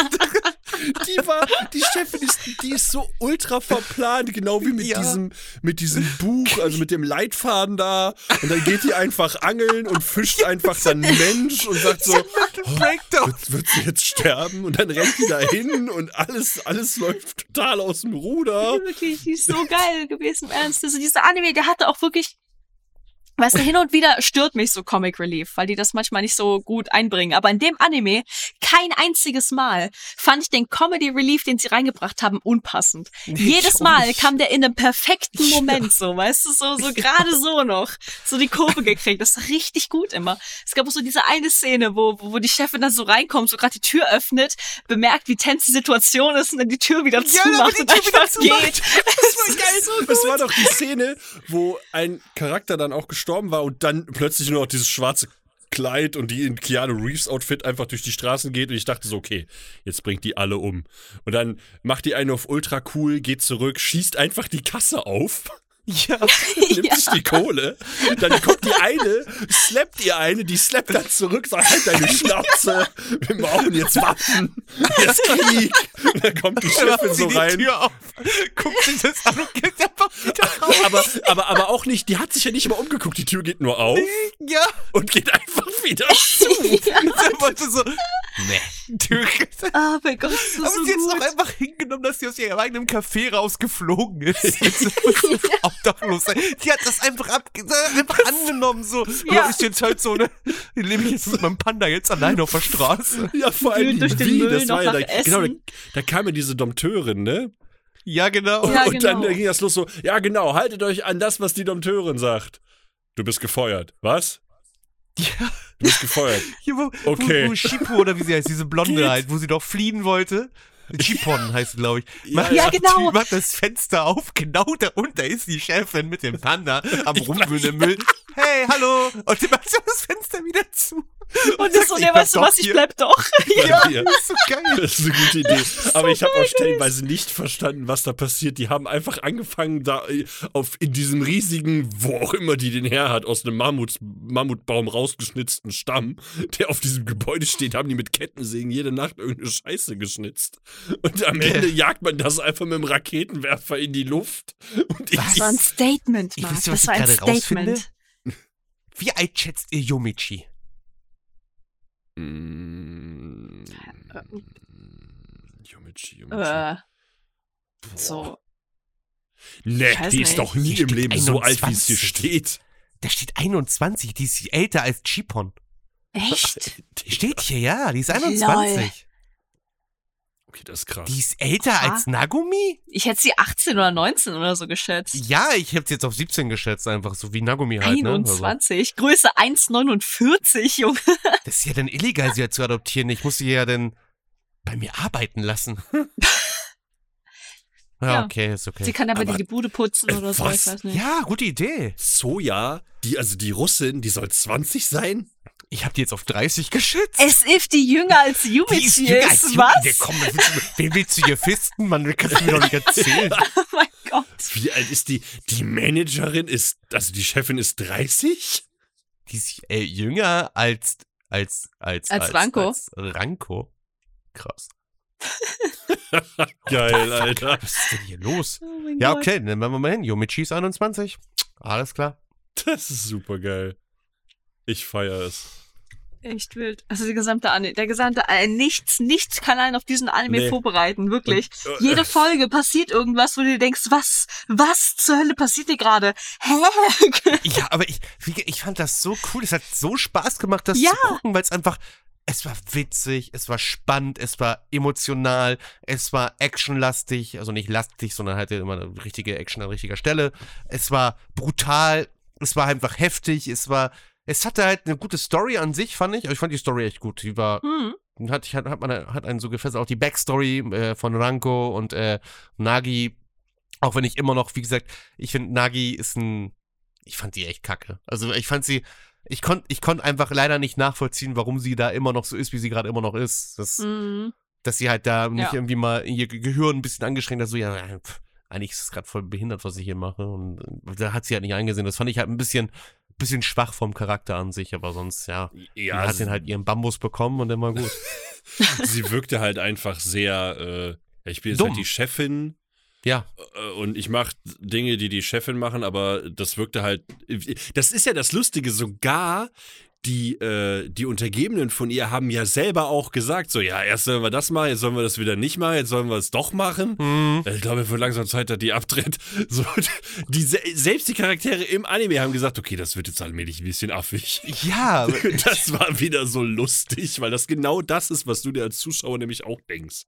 Die war, die Chefin ist, die ist so ultra verplant, genau wie mit Ja. diesem, mit diesem Buch, also mit dem Leitfaden da. Und dann geht die einfach angeln und fischt einfach dann einen Mensch und sagt so, Breakdown. wird, wird sie jetzt sterben? Und dann rennt die da hin und alles, alles läuft total aus dem Ruder. Wirklich, die ist so geil gewesen, im Ernst. Also dieser Anime, der hatte auch wirklich, weißt du, hin und wieder stört mich so Comic Relief, weil die das manchmal nicht so gut einbringen. Aber in dem Anime, kein einziges Mal fand ich den Comedy Relief, den sie reingebracht haben, unpassend. Jedes ich auch Mal nicht. kam der in einem perfekten Moment so, weißt du, so, so gerade so noch, so die Kurve gekriegt. Das war richtig gut immer. Es gab auch so diese eine Szene, wo, wo die Chefin dann so reinkommt, so gerade die Tür öffnet, bemerkt, wie tense die Situation ist und dann die Tür wieder Ja, damit zumacht die und Tür wieder einfach zumacht. geht. Das war geil. Das war doch die Szene, wo ein Charakter dann auch gestorben war und dann plötzlich nur noch dieses schwarze Kleid und die in Keanu Reeves Outfit einfach durch die Straßen geht und ich dachte so, okay, jetzt bringt die alle um. Und dann macht die eine auf ultra cool, geht zurück, schießt einfach die Kasse auf. Ja. Nimmt Ja. sich die Kohle, dann kommt die eine, slappt ihr eine, die slappt dann zurück, sagt halt deine Schnauze, wir brauchen jetzt Waffen, jetzt Krieg. Und dann kommt die Dann macht Chefin sie so die rein. Tür auf, guckt sich das an und geht einfach wieder raus. Aber, aber, aber auch nicht, die hat sich ja nicht mal umgeguckt, die Tür geht nur auf Ja. und geht einfach wieder zu. Der wollte so, nee, Tür. Oh mein Gott, das ist Aber so sie hat es gut. doch einfach hingenommen, dass sie aus ihrem eigenen Café rausgeflogen ist. Obdachlos sein. Die hat das einfach, ab, einfach angenommen, so. Ja. Ja. Ist jetzt halt so, ne? Hier lebe ich jetzt mit meinem Panda jetzt alleine auf der Straße. Ja, vor allem Durch den wie, Müll das noch war ja da, nach genau, da, Essen. da kam ja diese Dompteurin, ne? Ja, genau. Ja, und dann genau. ging das los so, ja genau, haltet euch an das, was die Dompteurin sagt. Du bist gefeuert. Was? Ja. Du bist gefeuert. Hier, wo, Okay. wo, wo Shippo oder wie sie heißt, diese Blonde Geht. halt, wo sie doch fliehen wollte. Chipon heißt sie, glaube ich. Ja, Macht- ja, genau. Die macht das Fenster auf, genau darunter ist die Chefin mit dem Panda am Rumwühlen im Müll. Hey, hallo! Und die macht so das Fenster wieder zu. Und das so, Ich ne, bleib weißt du doch was, ich hier. bleib doch. Ja, ja. Das ist so geil. Das ist eine gute Idee. Aber ich habe auch stellenweise nicht verstanden, was da passiert. Die haben einfach angefangen, da äh, auf in diesem riesigen, wo auch immer die den her hat, aus einem Mammut, Mammutbaum rausgeschnitzten Stamm, der auf diesem Gebäude steht, haben die mit Kettensägen jede Nacht irgendeine Scheiße geschnitzt. Und am Ende jagt man das einfach mit dem Raketenwerfer in die Luft. Und ich, Das war ein Statement, Ich Marc. wisst ihr, was Das war ich ein gerade rausfinde? Statement. Wie alt schätzt ihr Yomichi? Mm, Yomichi, Yomichi. Äh, so. Nee, ich weiß die ist nicht. doch nie Hier im steht Leben so alt, wie es hier einundzwanzig. steht. Da steht einundzwanzig, die ist älter als Chipon. Echt? Die steht hier, ja, die ist einundzwanzig. Okay, das ist krass. Die ist älter Krass. als Nagumi? Ich hätte sie achtzehn oder neunzehn oder so geschätzt. Ja, ich hab's jetzt auf siebzehn geschätzt, einfach so wie Nagumi halt, ne? Also, einundzwanzig. Größe eins Komma neunundvierzig, Junge. das ist ja dann illegal, sie ja zu adoptieren. Ich muss sie ja dann bei mir arbeiten lassen. Ja, Ja. okay, ist okay. Sie kann aber Aber- die Bude putzen äh, oder so, was? ich weiß nicht. Ja, gute Idee. Soja, die, also die Russin, die soll zwanzig sein? Ich hab die jetzt auf dreißig geschätzt. Es if die jünger als Die Yumichi ist jünger als ist. Yumi. Was? Der, komm, was willst du, wen willst du hier fisten, Mann? Das kannst du mir doch nicht erzählen. Oh mein Gott. Wie alt ist die? Die Managerin ist, also die Chefin ist dreißig? Die ist äh, jünger als als als Als Ranko. Als Ranko. Krass. Geil, Alter. Was ist denn hier los? Oh mein Ja, Gott. okay, dann nehmen wir mal hin. Yomichi ist einundzwanzig. Alles klar. Das ist super geil. Ich feiere es. Echt wild. Also die gesamte Anime, der gesamte, äh, nichts, nichts kann einen auf diesen Anime Nee. vorbereiten, wirklich. Und, äh, Jede Folge passiert irgendwas, wo du dir denkst, was, was zur Hölle passiert hier gerade? Hä? Ja, aber ich, wie, ich fand das so cool. Es hat so Spaß gemacht, das Ja. zu gucken, weil es einfach, es war witzig, es war spannend, es war emotional, es war actionlastig, also nicht lastig, sondern halt immer eine richtige Action an richtiger Stelle. Es war brutal, es war einfach heftig, es war, es hatte halt eine gute Story an sich, fand ich. Aber ich fand die Story echt gut. Die war, Hm. hat, hat, hat, man, hat einen so gefesselt. Auch die Backstory äh, von Ranko und äh, Nagi. Auch wenn ich immer noch, wie gesagt, ich finde, Nagi ist ein, ich fand die echt kacke. Also ich fand sie, ich konnte ich konnt einfach leider nicht nachvollziehen, warum sie da immer noch so ist, wie sie gerade immer noch ist. Das, Mhm. Dass sie halt da nicht Ja. irgendwie mal ihr Gehirn ein bisschen angeschränkt hat, so, ja, pff, eigentlich ist es gerade voll behindert, was ich hier mache. Und äh, da hat sie halt nicht eingesehen. Das fand ich halt ein bisschen, bisschen schwach vom Charakter an sich, aber sonst, ja. Ja, Ja, hat sie, den halt ihren Bambus bekommen und dann mal gut. sie wirkte halt einfach sehr, äh, ja, ich bin jetzt Dumm. halt die Chefin Ja, äh, und ich mache Dinge, die die Chefin machen, aber das wirkte halt, das ist ja das Lustige, sogar die, äh, die Untergebenen von ihr haben ja selber auch gesagt, so, ja, erst sollen wir das machen, jetzt sollen wir das wieder nicht machen, jetzt sollen wir es doch machen. mhm. Ich glaube, es wird langsam Zeit, dass die abtritt. So, die, selbst die Charaktere im Anime haben gesagt, okay, das wird jetzt allmählich ein bisschen affig. Ja, aber- Das war wieder so lustig, weil das genau das ist, was du dir als Zuschauer nämlich auch denkst.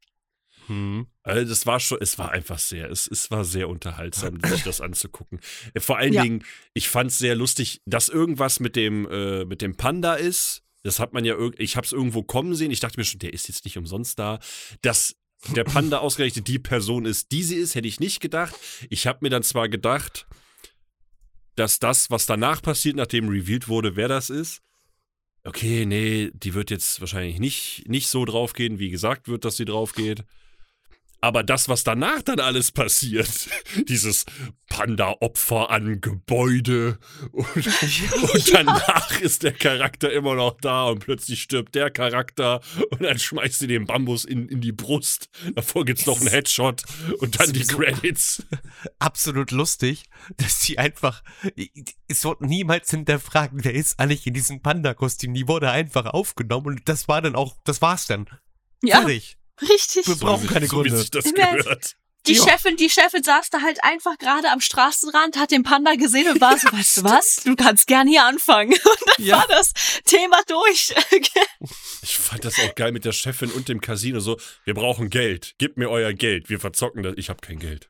mhm. Also das war schon, es war einfach sehr, es, es war sehr unterhaltsam, sich das anzugucken. Vor allen Ja. Dingen, ich fand es sehr lustig, dass irgendwas mit dem, äh, mit dem Panda ist. Das hat man ja, irg- ich habe es irgendwo kommen sehen. Ich dachte mir schon, der ist jetzt nicht umsonst da. Dass der Panda ausgerechnet die Person ist, die sie ist, hätte ich nicht gedacht. Ich habe mir dann zwar gedacht, dass das, was danach passiert, nachdem revealed wurde, wer das ist. Okay, nee, die wird jetzt wahrscheinlich nicht, nicht so draufgehen, wie gesagt wird, dass sie draufgeht. Aber das, was danach dann alles passiert, dieses Panda-Opfer an Gebäude und, und danach ist der Charakter immer noch da und plötzlich stirbt der Charakter und dann schmeißt sie den Bambus in, in die Brust. Davor gibt's noch einen Headshot und dann die Sowieso. Credits. absolut lustig, dass sie einfach, es wurde niemals hinterfragt, wer ist eigentlich in diesem Panda-Kostüm. Die wurde einfach aufgenommen und das war dann auch, das war's dann. Ja, Fertig. richtig. Wir brauchen keine so, wie Gründe. sich das Im Ernst? gehört. Die Ja. Chefin, die Chefin saß da halt einfach gerade am Straßenrand, hat den Panda gesehen und war so, weißt du was? Du kannst gern hier anfangen. Und dann Ja. war das Thema durch. Ich fand das auch geil mit der Chefin und dem Casino so, wir brauchen Geld, gebt mir euer Geld, wir verzocken das, ich habe kein Geld.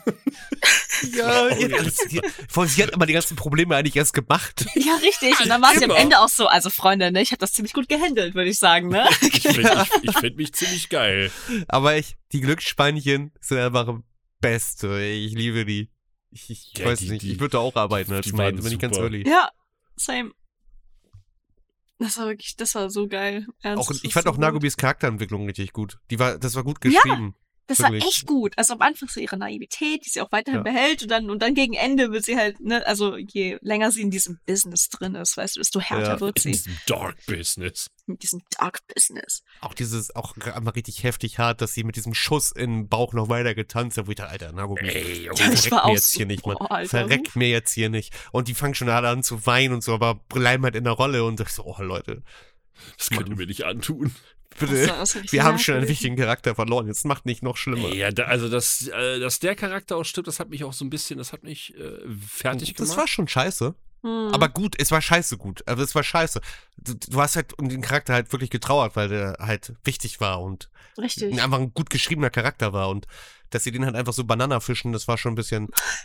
Ja, Oh, jetzt alles, die, vor allem, sie hat immer die ganzen Probleme eigentlich erst gemacht. Ja, richtig. Und dann war sie am Immer. Ende auch so, also Freunde, ne, ich habe das ziemlich gut gehandelt, würde ich sagen, ne? Ich finde ich, ich find mich ziemlich geil. Aber ich, die Glücksspeinchen sind einfach Beste. Ich liebe die. Ich, ich Ja, weiß die- nicht, die- ich würde da auch arbeiten als die Mate, waren bin ich ganz super. ehrlich. Ja, same. Das war wirklich, das war so geil. Ernst, Auch, das ich war fand so auch gut. Nagobis Charakterentwicklung richtig gut. Die war, das war gut Ja. geschrieben. Das Wirklich. war echt gut. Also am Anfang so ihre Naivität, die sie auch weiterhin Ja. behält und dann, und dann gegen Ende wird sie halt, ne, also je länger sie in diesem Business drin ist, weißt du, desto härter Ja. wird In sie. diesem Dark Business. Mit diesem Dark Business. Auch dieses, auch einmal richtig heftig hart, dass sie mit diesem Schuss in den Bauch noch weiter getanzt hat, wo ich dachte, Alter, Nagobi, Ey, oh, Ja, ich verreckt war mir auch jetzt so, hier nicht, Mann. boah, Alter, Verreckt mir jetzt hier nicht. Und die fangen schon alle an zu weinen und so, aber bleiben halt in der Rolle und ich so, oh Leute, das könnt ihr mir nicht antun. bitte. Das war- das war richtig Wir haben schon einen merkwürdig. wichtigen Charakter verloren, jetzt macht nicht noch schlimmer. Ey, ja, da, also dass, äh, dass der Charakter auch stirbt, das hat mich auch so ein bisschen, das hat mich äh, fertig gemacht. Das war schon scheiße. Hm. Aber gut, es war scheiße gut. Aber es war scheiße. Du, du hast halt um den Charakter halt wirklich getrauert, weil der halt wichtig war und Richtig. einfach ein gut geschriebener Charakter war. Und dass sie den halt einfach so Banana fischen, das war schon ein bisschen.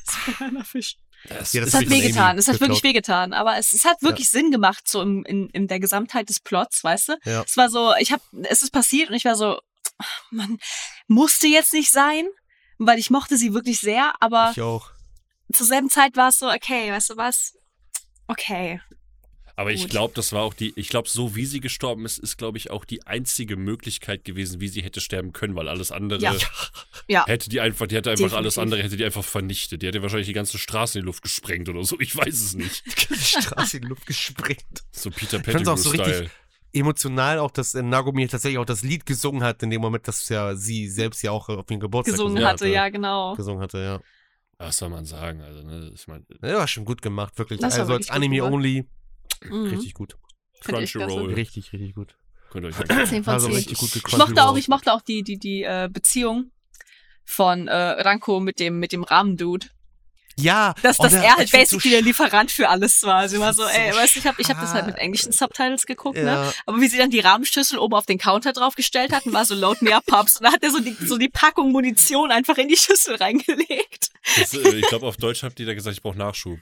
Fisch. das, Ja, das Es ist hat von wehgetan, Amy es hat wirklich geklaut. wehgetan, aber es, es hat wirklich Sinn gemacht, so im, in, in der Gesamtheit des Plots, weißt du? Ja. Es war so, ich hab, es ist passiert und ich war so, man, musste jetzt nicht sein, weil ich mochte sie wirklich sehr, aber Ich auch. zur selben Zeit war es so, okay, weißt du was? Okay. Aber ich Gut. glaube, das war auch die, ich glaube, so wie sie gestorben ist, ist, glaube ich, auch die einzige Möglichkeit gewesen, wie sie hätte sterben können, weil alles andere Ja. Ja. hätte die einfach, die hätte einfach Definitiv. alles andere, hätte die einfach vernichtet. Die hätte wahrscheinlich die ganze Straße in die Luft gesprengt oder so. Ich weiß es nicht. Die Straße in die Luft gesprengt. So Peter Ich fand's auch so Pettigrew-Style. richtig emotional, auch dass äh, Nagomi tatsächlich auch das Lied gesungen hat, in dem Moment, dass ja sie selbst ja auch auf den Geburtstag Gesungen Ja, hatte, ja, genau. Gesungen hatte, ja. Was soll man sagen? Also, ne, ich meine, Ja, war schon gut gemacht, wirklich. Das war Also als wirklich gut Anime gemacht. only, Mhm. richtig gut. Find ich klasse. Crunchyroll. Richtig, richtig gut. Könnt ihr euch mal zehn von Also zehn. richtig gute Ich mochte auch, ich mochte auch die, die, die äh, Beziehung von äh, Ranko mit dem, mit dem Rahmen-Dude. Ja. Dass, oh, dass der- er halt ich find's so basically der Lieferant für alles war. Also immer so, So ey, weißt du, ich hab, ich hab das halt mit englischen Subtitles geguckt, ne? Ja. Aber wie sie dann die Rahmenschüssel oben auf den Counter draufgestellt hatten, war so load me up, Pops. Und da hat er so die, so die Packung Munition einfach in die Schüssel reingelegt. Das, äh, ich glaube, auf Deutsch habt ihr da gesagt, ich brauche Nachschub.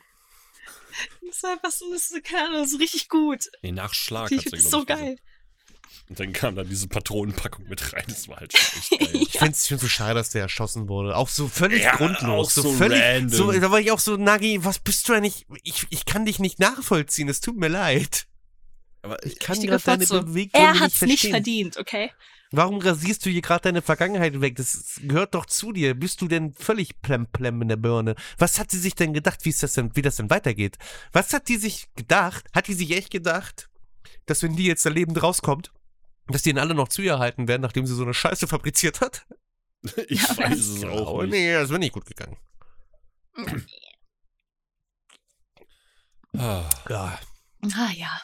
Das war einfach so, das ist, keine Ahnung, das ist richtig gut. Nee, Nachschlag Ich hat's finde ja, das glaub so ich, geil. gesagt. Und dann kam dann diese Patronenpackung mit rein. Das war halt schon echt geil. Ich finde es so schade, dass der erschossen wurde. Auch so völlig Ja, grundlos. auch so, so völlig. random. So, da war ich auch so, Nagi, was bist du eigentlich? Ich, ich kann dich nicht nachvollziehen. Es tut mir leid. Aber Ich kann Richtige gerade deine Fotze. Beweggründe Er nicht hat's nicht verstehen. verdient, okay? Warum rasierst du hier gerade deine Vergangenheit weg? Das gehört doch zu dir. Bist du denn völlig plemplem in der Birne? Was hat sie sich denn gedacht, wie, ist das denn, wie das denn weitergeht? Was hat die sich gedacht? Hat die sich echt gedacht, dass wenn die jetzt da lebend rauskommt, dass die dann alle noch zu ihr halten werden, nachdem sie so eine Scheiße fabriziert hat? ich Ja, weiß es auch Oh, nicht. nee, das wäre nicht gut gegangen. Ah. Ja. Ah ja.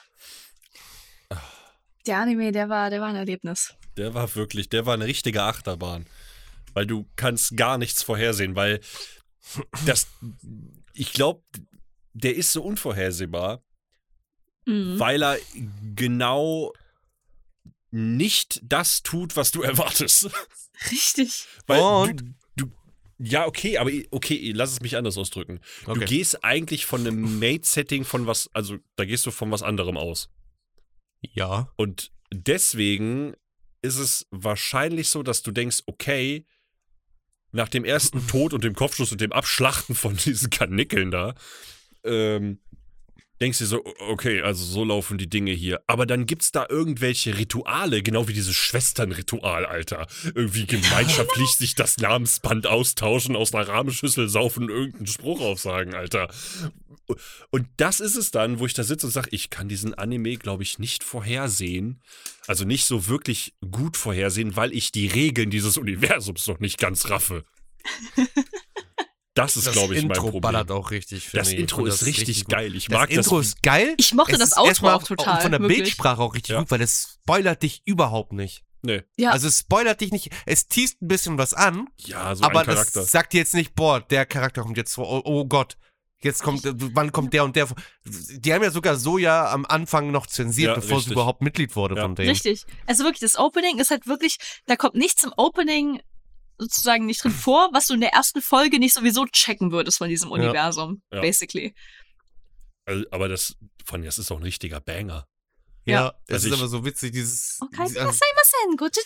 Der Anime, der war, der war ein Erlebnis. Der war wirklich, der war eine richtige Achterbahn. Weil du kannst gar nichts vorhersehen, weil das, ich glaube, der ist so unvorhersehbar, Mhm. weil er genau nicht das tut, was du erwartest. Richtig. Weil Und? du, du, ja, okay, aber okay, lass es mich anders ausdrücken. Okay. Du gehst eigentlich von einem Made-Setting von was, also da gehst du von was anderem aus. Ja. Und deswegen ist es wahrscheinlich so, dass du denkst, okay, nach dem ersten Tod und dem Kopfschuss und dem Abschlachten von diesen Karnickeln da, ähm, denkst du dir so, okay, also so laufen die Dinge hier. Aber dann gibt's da irgendwelche Rituale, genau wie dieses Schwesternritual, Alter. Irgendwie gemeinschaftlich sich das Namensband austauschen, aus einer Rahmenschüssel saufen, irgendeinen Spruch aufsagen, Alter. Und das ist es dann, wo ich da sitze und sage, ich kann diesen Anime, glaube ich, nicht vorhersehen. Also nicht so wirklich gut vorhersehen, weil ich die Regeln dieses Universums noch nicht ganz raffe. Das ist, Das glaube ich, mein Intro Problem. ballert auch richtig, finde Das ich. Intro Und ist richtig gut. geil. Ich Das mag das. Intro ist geil. Ich mochte Es das ist Outro erstmal auch total, Von der wirklich. Bildsprache auch richtig Ja. gut, weil es spoilert dich überhaupt nicht. Nee. Ja. Also es spoilert dich nicht. Es teast ein bisschen was an, Ja, so aber ein Charakter. das sagt dir jetzt nicht, boah, der Charakter kommt jetzt vor, oh, oh Gott. Jetzt kommt, wann kommt der und der vor? Die haben ja sogar Soja am Anfang noch zensiert, Ja, bevor richtig. sie überhaupt Mitglied wurde Ja. von denen. Richtig. Also wirklich, das Opening ist halt wirklich, da kommt nichts im Opening sozusagen nicht drin vor, was du in der ersten Folge nicht sowieso checken würdest von diesem Universum, Ja. basically. Also, aber das, von das ist auch ein richtiger Banger. Ja, Ja. es Also ist ich- aber so witzig, dieses. Okay, dieses- Masai-Masen, gute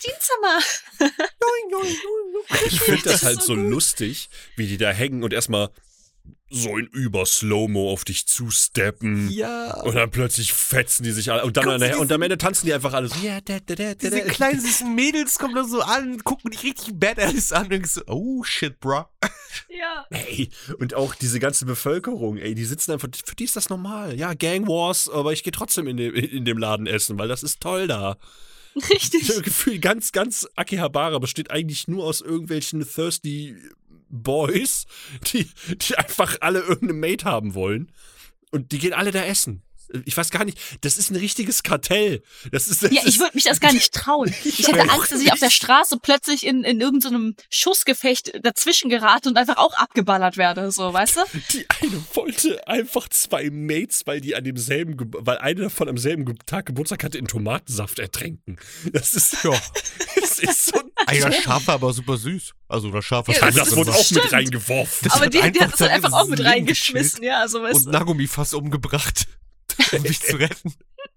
Dienstsama. Ich finde das Das ist halt so so gut. lustig, wie die da hängen und erstmal so in über-Slow-Mo auf dich zusteppen. Ja. Und dann plötzlich fetzen die sich alle. Und dann Guckst du und am Ende tanzen die einfach alle so. Ja, da, da, da, da, Diese kleinen süßen Mädels kommen da so an, gucken dich richtig badass an und denkst so, oh shit, bro. Ja. Ey, und auch diese ganze Bevölkerung, ey, die sitzen einfach, für die ist das normal. Ja, Gang Wars, aber ich gehe trotzdem in dem, in dem Laden essen, weil das ist toll da. Richtig. Ich habe das Gefühl, ganz, ganz Akihabara besteht eigentlich nur aus irgendwelchen thirsty Boys, die, die einfach alle irgendeine Mate haben wollen. Und die gehen alle da essen. Ich weiß gar nicht, das ist ein richtiges Kartell. Das ist, das Ja, ich ist, würde mich das gar nicht trauen. Ich hätte Angst, dass ich auf der Straße plötzlich in, in irgendeinem Schussgefecht dazwischen gerate und einfach auch abgeballert werde, so, weißt du? Die eine wollte einfach zwei Mates, weil die an demselben, Ge- weil eine davon am selben Ge- Tag Geburtstag hatte, in Tomatensaft ertränken. Das ist, ja, das ist so Ey, das Schaf war aber super süß. Also das Schaf Ja, was das, das das ist- wurde auch stimmt. mit reingeworfen. Aber hat die, die einfach hat das halt sein einfach auch mit Leben reingeschmissen, gechillt. ja, also weißt Und du. Nagumi fast umgebracht, um dich zu retten.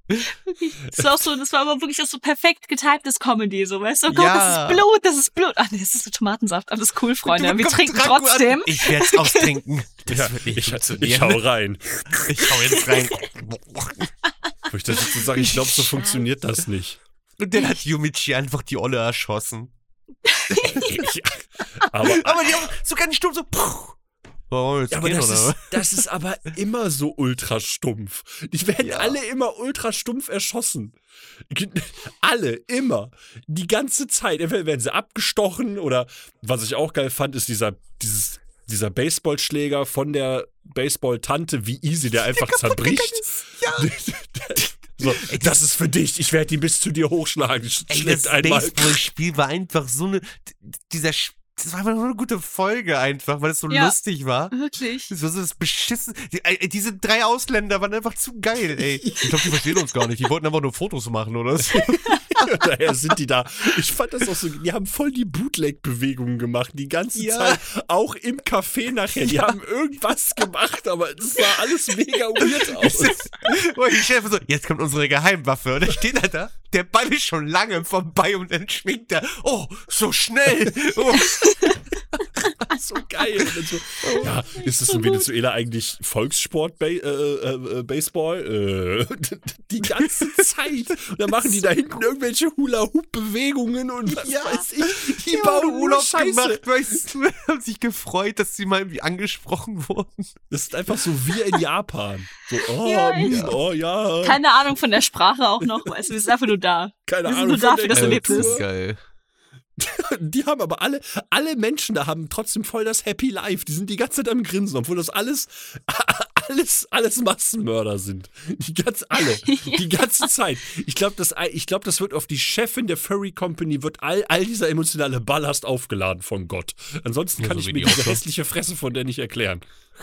Das war auch so, das war aber wirklich auch so perfekt getimtes Comedy, so, weißt du? Oh Gott, Ja. das ist Blut, das ist Blut. Ach nee, das ist so Tomatensaft. Alles cool, Freunde. Und Wir dann trinken kommt Draco trotzdem. An. Ich werd's austrinken. Das Ja, wird nicht ich, funktionieren. ich hau rein. Ich hau jetzt rein. Wo ich das jetzt so sage, ich glaube, so funktioniert das nicht. Und dann hat Yumichi einfach die Olle erschossen. Ich, aber Aber die haben so ganz stumm so. Puh. Oh, jetzt Ja, aber gehen, das oder? ist, das ist aber immer so ultra stumpf. Die werden Ja. alle immer ultra stumpf erschossen. Alle, immer. Die ganze Zeit. Entweder werden sie abgestochen oder, was ich auch geil fand, ist dieser, dieses, dieser Baseballschläger von der Baseball-Tante, wie easy der einfach zerbricht. Ja. So, das ist für dich, ich werde ihn bis zu dir hochschlagen. Ey, Schlägt das einmal. Baseballspiel war einfach so eine. Dieser. Sch- Das war einfach nur eine gute Folge einfach, weil es so Ja. lustig war. Wirklich. Das war so das Beschissen. Die, ey, diese drei Ausländer waren einfach zu geil, ey. Ich glaube, die verstehen uns gar nicht. Die wollten einfach nur Fotos machen, oder so. Daher sind die da. Ich fand das auch so, die haben voll die Bootleg-Bewegungen gemacht, die ganze Ja. Zeit. Auch im Café nachher. Die Ja. haben irgendwas gemacht, aber das sah alles mega weird aus. Und ich stell mir so, jetzt kommt unsere Geheimwaffe. Und dann steht er da, der Ball ist schon lange vorbei und dann schwingt er. Oh, so schnell. Oh. So geil. Und dann so, ja, ist das in Venezuela eigentlich Volkssport, ba äh, äh, Baseball? Äh, die ganze Zeit. Und dann machen die da hinten irgendwelche Hula-Hoop-Bewegungen und was Ja. weiß ich. Die Die bauen haben nur Urlaub Scheiße. gemacht, weißt du, haben sich gefreut, dass sie mal irgendwie angesprochen wurden. Das ist einfach so wie in Japan. So, oh, Ja, hm, echt. oh ja. Keine Ahnung von der Sprache auch noch, weißt du, wir sind einfach nur da. Keine Wir sind Ahnung nur von dafür, der dass du lebst. Kultur. Geil. Die haben aber alle, alle Menschen da haben trotzdem voll das Happy Life. Die sind die ganze Zeit am Grinsen, obwohl das alles, alles, alles Massenmörder sind. Die ganz alle. Die ganze Zeit. Ich glaube, das, ich glaub, das wird auf die Chefin der Furry Company, wird all, all dieser emotionale Ballast aufgeladen von Gott. Ansonsten Ja, kann so ich wie mir die diese auch so. hässliche Fresse von der nicht erklären.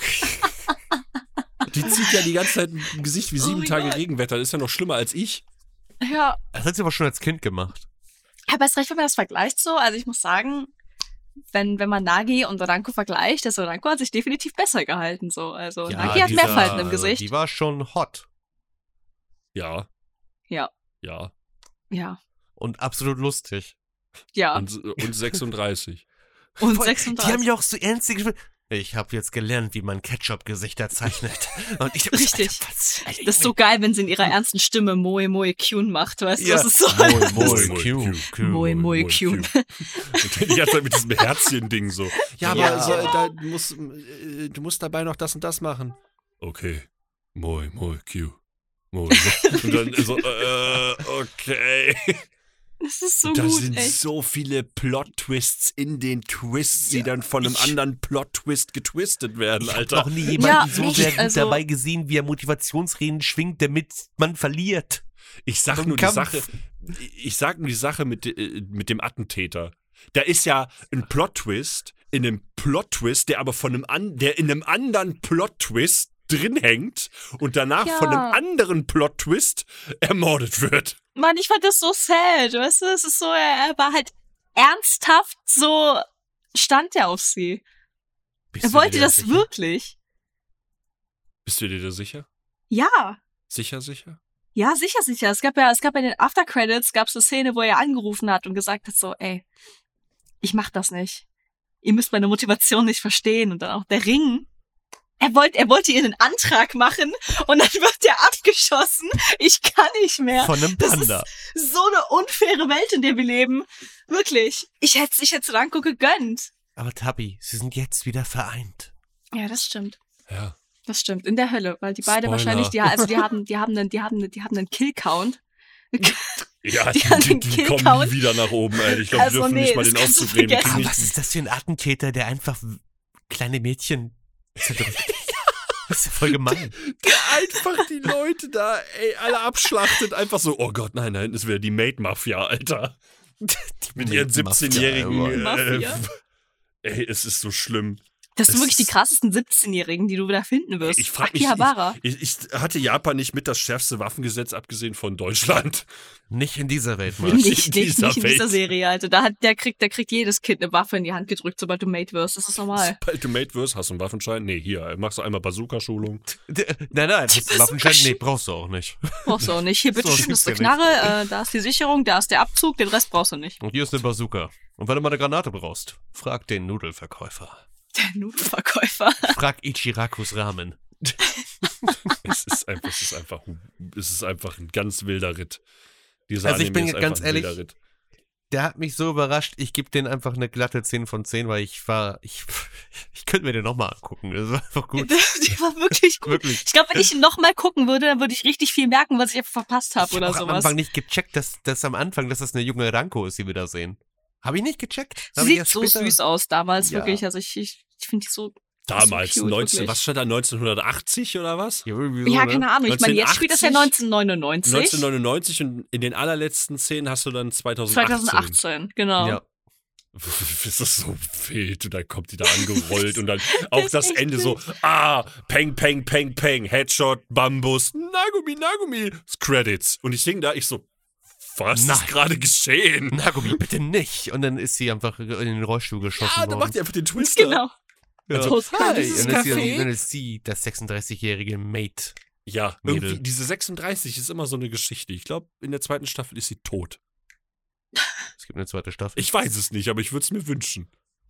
Die zieht ja die ganze Zeit ein Gesicht wie Oh sieben mein Tage Gott. Regenwetter. Das ist ja noch schlimmer als ich. Ja, Das hat sie aber schon als Kind gemacht. aber es ist recht, wenn man das vergleicht so. Also ich muss sagen, wenn, wenn man Nagi und Ranko vergleicht, der Ranko hat sich definitiv besser gehalten. So. Also Nagi hat mehr dieser- Falten im Gesicht. Die war schon hot. Ja. Ja. Ja. Ja. Und absolut lustig. Ja. Und, und sechsunddreißig. Und Voll- sechsunddreißig. Die haben ja auch so ernste gespielt. Ich habe jetzt gelernt, wie man Ketchup-Gesichter zeichnet. Und ich hab Richtig. Alter, was? Das ist so geil, wenn sie in ihrer ernsten Stimme Moe Moe Kyun macht, weißt du? Ja. Das ist so. Moe, Moe, Moe, Q, Q. Q. Moe Moe Kyun. Und dann die ganze Zeit mit diesem Herzchen-Ding so. Ja, aber Ja. So, da, du, musst, äh, du musst dabei noch das und das machen. Okay. Moi, moi, Q. Moi, moi. Und dann so, äh, okay. Das ist so da gut, sind echt. so viele Plot-Twists in den Twists, die dann von einem ich- anderen Plot-Twist getwistet werden, Ich habe Alter. noch nie jemanden Ja, so echt, sehr gut also- dabei gesehen, wie er Motivationsreden schwingt, damit man verliert. Ich sag So ein nur die Kampf. Sache, ich sag nur die Sache mit, äh, mit dem Attentäter. Da ist ja ein Plot-Twist in einem Plot-Twist, der aber von einem an, der in einem anderen Plot-Twist drin hängt und danach Ja. von einem anderen Plot-Twist ermordet wird. Mann, ich fand das so sad, weißt du? Es ist so, er, er war halt ernsthaft so, stand er auf sie. Bist Er du wollte dir da das sicher? wirklich. Bist du dir da sicher? Ja. Sicher, sicher? Ja, sicher, sicher. Es gab ja, es gab ja in den Aftercredits, gab es eine Szene, wo er angerufen hat und gesagt hat so, ey, ich mach das nicht. Ihr müsst meine Motivation nicht verstehen. Und dann auch der Ring, Er wollte, er wollte ihr einen Antrag machen und dann wird der abgeschossen. Ich kann nicht mehr. Von einem Panda. Das ist so eine unfaire Welt, in der wir leben. Wirklich. Ich hätte ich hätte Ranko gegönnt. Aber Tabi, sie sind jetzt wieder vereint. Ja, das stimmt. Ja. Das stimmt. In der Hölle, weil die beide Spoiler. wahrscheinlich, die, also die haben, die haben einen, die haben, die haben einen Kill-Count. Ja, Die die, haben die, den die Kill-Count. kommen nie wieder nach oben, ey. Ich glaube, Also die dürfen nee, nicht mal das den kannst du Auszug nehmen. Die vergessen. kriegen Aber was ist das für ein Attentäter, der einfach w- kleine Mädchen zerdrückt? Das ist ja voll gemein. Der einfach die Leute da, ey, alle abschlachtet. Einfach so, oh Gott, nein, nein, ist wieder die Maid-Mafia, Alter. Mit ihren siebzehnjährigen. Mafia. Äh, ey, es ist so schlimm. Das sind Es wirklich die ist- krassesten siebzehnjährigen, die du wieder finden wirst. Ich frag mich, Akihabara. ich, ich, ich hatte Japan nicht mit das schärfste Waffengesetz, abgesehen von Deutschland. Nicht in dieser Welt, Nicht Mann. Nicht, nicht, dieser nicht in dieser Welt. Serie, Alter. Da hat, der kriegt, der kriegt jedes Kind eine Waffe in die Hand gedrückt, sobald du Mate wirst. Das ist normal. Sobald du Mate wirst, hast du einen Waffenschein? Nee, hier, machst du einmal Bazooka-Schulung. D- Nein, nein, das ist Waffenschein, nee, brauchst du auch nicht. Brauchst du auch nicht. Hier, So bitteschön, das ist eine gibt's ja Knarre, äh, da ist die Sicherung, da ist der Abzug, den Rest brauchst du nicht. Und hier ist eine Bazooka. Und wenn du mal eine Granate brauchst, frag den Nudelverkäufer. Der Nudelverkäufer. Frag Ichirakus Ramen. Es ist einfach, es ist einfach, es ist einfach ein ganz wilder Ritt. Dieser Also ich Anime bin ist ganz einfach ein ehrlich, wilder Ritt. Der hat mich so überrascht, ich gebe den einfach eine glatte zehn von zehn, weil ich war, ich, ich könnte mir den nochmal angucken. Das war einfach gut. Der, der war wirklich gut. Wirklich. Ich glaube, wenn ich ihn nochmal gucken würde, dann würde ich richtig viel merken, was ich einfach verpasst habe Ich oder habe am sowas. Anfang nicht gecheckt, dass, dass am Anfang, dass das eine junge Ranko ist, die wir da sehen. Habe ich nicht gecheckt. Sie Hab ich sieht erst so später- süß aus damals, Ja. wirklich. Also ich, ich, ich finde die so. Damals, so cute, neunzehn, wirklich. was stand da, neunzehnhundertachtzig oder was? Ja, irgendwie so, Ja, ne? keine Ahnung. Ich meine, jetzt spielt das ja neunzehnhundertachtzig? neunzehnhundertneunundneunzig. neunzehnhundertneunundneunzig und in den allerletzten Szenen hast du dann zweitausendachtzehn. zweitausendachtzehn, genau. Ja. Ist das so wild und dann kommt die da angerollt und dann auch ist das echt Ende so, ah, peng, peng, peng, peng, Headshot, Bambus, Nagumi, Nagumi, Credits. Und ich hing da, ich so, was Nein. ist gerade geschehen? Nagumi, bitte nicht. Und dann ist sie einfach in den Rollstuhl geschossen Ja, dann worden. macht die einfach den Twister. Genau. Ja. Also, Post- hi, dieses Und dann ist, Café. sie, dann ist sie das sechsunddreißigjährige Mate. Ja, Mädel. irgendwie, diese sechsunddreißig ist immer so eine Geschichte. Ich glaube, in der zweiten Staffel ist sie tot. Es gibt eine zweite Staffel. Ich weiß es nicht, aber ich würde es mir wünschen.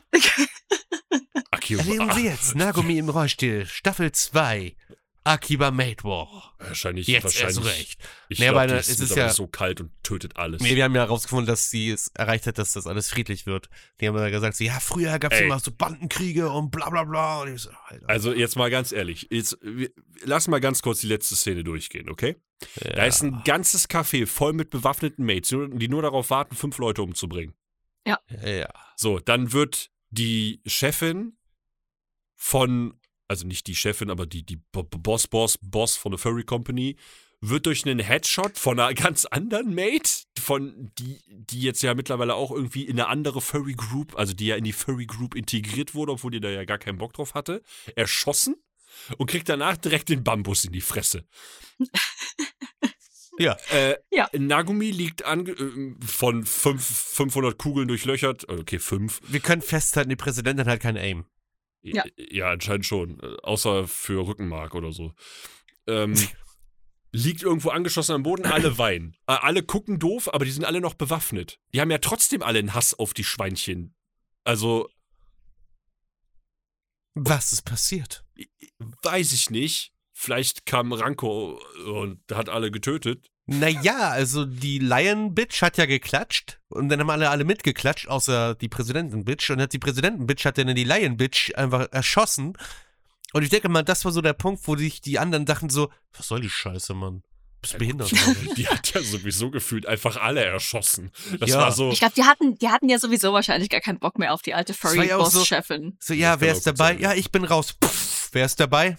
Akiba, Erleben Sie jetzt Nagumi im Rollstuhl, Staffel zwei. Akiba Mate War. Wahrscheinlich, Jetzt wahrscheinlich. erst recht. Ich Nee, glaube, aber die es ist, ist aber ja- so kalt und tötet alles. Nee, wir haben ja herausgefunden, dass sie es erreicht hat, dass das alles friedlich wird. Die haben ja gesagt, so, ja, früher gab es Ey. immer so Bandenkriege und bla bla bla. Und ich so, Alter. Also jetzt mal ganz ehrlich, jetzt, wir, lass mal ganz kurz die letzte Szene durchgehen, okay? ja. Da ist ein ganzes Café voll mit bewaffneten Mates, die nur darauf warten, fünf Leute umzubringen. Ja. So, dann wird die Chefin von, also nicht die Chefin, aber die, die Bo- Boss, Boss, Boss von der Furry Company, wird durch einen Headshot von einer ganz anderen Mate, von die, die jetzt ja mittlerweile auch irgendwie in eine andere Furry Group, also die ja in die Furry Group integriert wurde, obwohl die da ja gar keinen Bock drauf hatte, erschossen und kriegt danach direkt den Bambus in die Fresse. Ja. Äh, Ja. Nagumi liegt ange äh, von fünf, fünfhundert Kugeln durchlöchert. Okay, fünf. Wir können festhalten, die Präsidentin hat kein Aim. Ja. Ja, anscheinend schon. Äh, Außer für Rückenmark oder so. Ähm, liegt irgendwo angeschossen am Boden, alle weinen. Äh, alle gucken doof, aber die sind alle noch bewaffnet. Die haben ja trotzdem alle einen Hass auf die Schweinchen. Also, Was ist passiert? weiß ich nicht. Vielleicht kam Ranko und hat alle getötet. Naja, also die Lion-Bitch hat ja geklatscht und dann haben alle alle mitgeklatscht, außer die Präsidentin-Bitch. Und hat die Präsidentin-Bitch hat dann die Lion-Bitch einfach erschossen. Und ich denke mal, das war so der Punkt, wo sich die anderen dachten so, was soll die Scheiße, Mann? Bist du behindert? oder? Die hat ja sowieso gefühlt einfach alle erschossen. Das Ja. war so. Ich glaube, die hatten, die hatten ja sowieso wahrscheinlich gar keinen Bock mehr auf die alte war ja auch so- Furry-Boss-Chefin. So, ja, Das wer kann ist auch gut dabei? sein, Ja, ja. ich bin raus. Pff, wer ist dabei?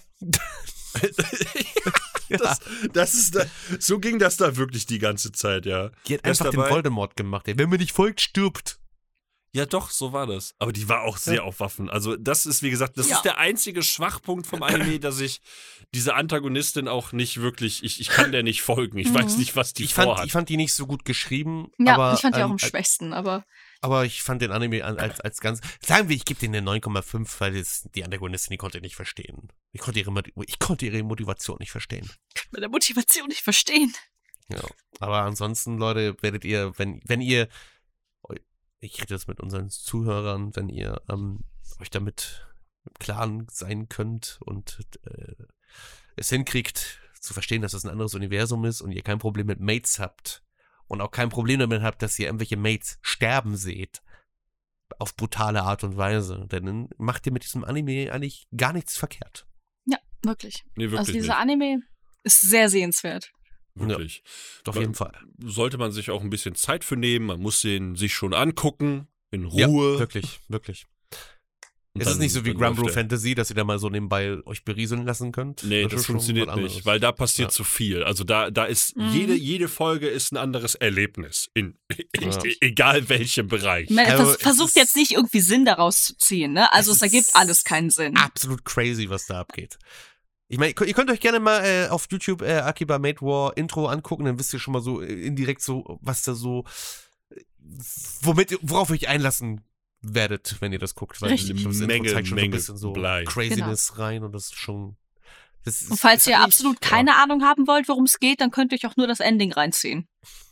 Das, das ist da, so ging das da wirklich die ganze Zeit, ja. Die hat Wer ist einfach den dabei? Voldemort gemacht. Ey. Wer mir nicht folgt, stirbt. Ja, doch, so war das. Aber die war auch sehr Ja. auf Waffen. Also, das ist, wie gesagt, das Ja. ist der einzige Schwachpunkt vom Anime, dass ich diese Antagonistin auch nicht wirklich, ich, ich kann der nicht folgen. Ich Mhm. weiß nicht, was die Ich fand, vorhat. ich fand die nicht so gut geschrieben. Ja, aber, ich fand die auch ähm, am schwächsten, aber Aber ich fand den Anime an- als, als ganz. Sagen wir, ich gebe denen eine neun Komma fünf, weil es, die Antagonistin, die konnte ich nicht verstehen. Ich konnte ihre, Moti- ich konnte ihre Motivation nicht verstehen. kann man der Motivation nicht verstehen. Ja. Aber ansonsten, Leute, werdet ihr, wenn, wenn ihr, ich rede jetzt mit unseren Zuhörern, wenn ihr ähm, euch damit im Klaren sein könnt und äh, es hinkriegt, zu verstehen, dass das ein anderes Universum ist und ihr kein Problem mit Mates habt und auch kein Problem damit habt, dass ihr irgendwelche Mates sterben seht. Auf brutale Art und Weise. Denn dann macht ihr mit diesem Anime eigentlich gar nichts verkehrt. Ja, wirklich. Nee, wirklich also dieser nicht. Anime ist sehr sehenswert. Wirklich. Ja, auf Man- jeden Fall. Sollte man sich auch ein bisschen Zeit für nehmen. Man muss den sich schon angucken. In Ja, Ruhe. wirklich, wirklich. Und Es ist dann- nicht so wie dann Granblue läuft der. Fantasy, dass ihr da mal so nebenbei euch berieseln lassen könnt. Nee, Das das, ist schon funktioniert was anderes. nicht, weil da passiert Ja. zu viel. Also da, da ist Mhm. jede, jede Folge ist ein anderes Erlebnis. In, Ja. Egal welchem Bereich. Man Also, vers es versucht ist- jetzt nicht irgendwie Sinn daraus zu ziehen, ne? Also es, Es ergibt ist alles keinen Sinn. Absolut crazy, was da abgeht. Ich meine, ihr könnt euch gerne mal äh, auf YouTube äh, Akiba Made War Intro angucken, dann wisst ihr schon mal so äh, indirekt so, was da so, äh, womit, worauf ihr euch einlassen werdet, wenn ihr das guckt. Weil Richtig. ich glaub, das Intro Menge, zeigt schon so ein Menge bisschen so Blei. Craziness rein und das ist schon. Das ist, Und falls ist ihr eigentlich- absolut keine Ahnung haben wollt, worum es geht, dann könnt ihr euch auch nur das Ending reinziehen.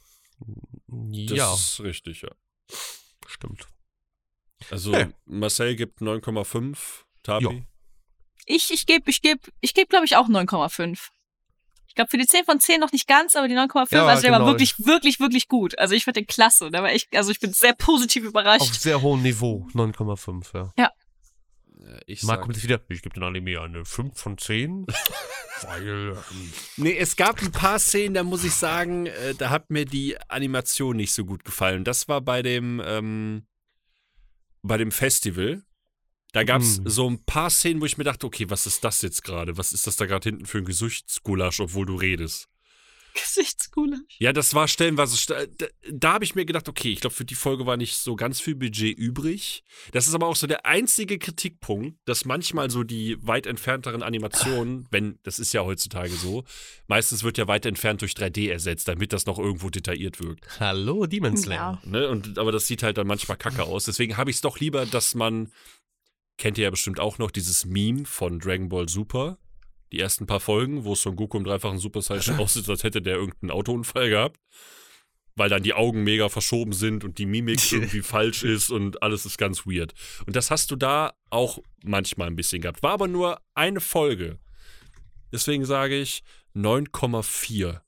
Das Ja, ist richtig, ja. stimmt. Also Ja. Marcel gibt neun Komma fünf, Tabi. Jo. Ich, ich gebe, ich gebe, ich gebe, glaube ich, auch neun Komma fünf. Ich glaube, für die zehn von zehn noch nicht ganz, aber die neun Komma fünf, Ja, also der war genau. wirklich, wirklich, wirklich gut. Also ich fand den klasse. Der war echt, also ich bin sehr positiv Auf überrascht. sehr hohem Niveau, neun Komma fünf, ja. Äh, Ich Marc sag, kommt jetzt wieder, ich gebe den Anime eine fünf von zehn, weil, ähm, nee, es gab ein paar Szenen, da muss ich sagen, äh, da hat mir die Animation nicht so gut gefallen. Das war bei dem, ähm, bei dem Festival. Da gab es Mm. so ein paar Szenen, wo ich mir dachte, okay, was ist das jetzt gerade? Was ist das da gerade hinten für ein Gesichtsgulasch, obwohl du redest? Gesichtsgulasch. Ja, das war stellenweise, st- da, da habe ich mir gedacht, okay, ich glaube, für die Folge war nicht so ganz viel Budget übrig. Das ist aber auch so der einzige Kritikpunkt, dass manchmal so die weit entfernteren Animationen, wenn, das ist ja heutzutage so, meistens wird ja weit entfernt durch drei D ersetzt, damit das noch irgendwo detailliert wirkt. hallo Demon Slayer. Ne? Und, aber das sieht halt dann manchmal kacke aus. Deswegen habe ich es doch lieber, dass man, kennt ihr ja bestimmt auch noch, dieses Meme von Dragon Ball Super, die ersten paar Folgen, wo Son Goku im dreifachen Super Saiyan aussieht, als hätte der irgendeinen Autounfall gehabt. Weil dann die Augen mega verschoben sind und die Mimik irgendwie falsch ist und alles ist ganz weird. Und das hast du da auch manchmal ein bisschen gehabt. War aber nur eine Folge. Deswegen sage ich neun Komma vier.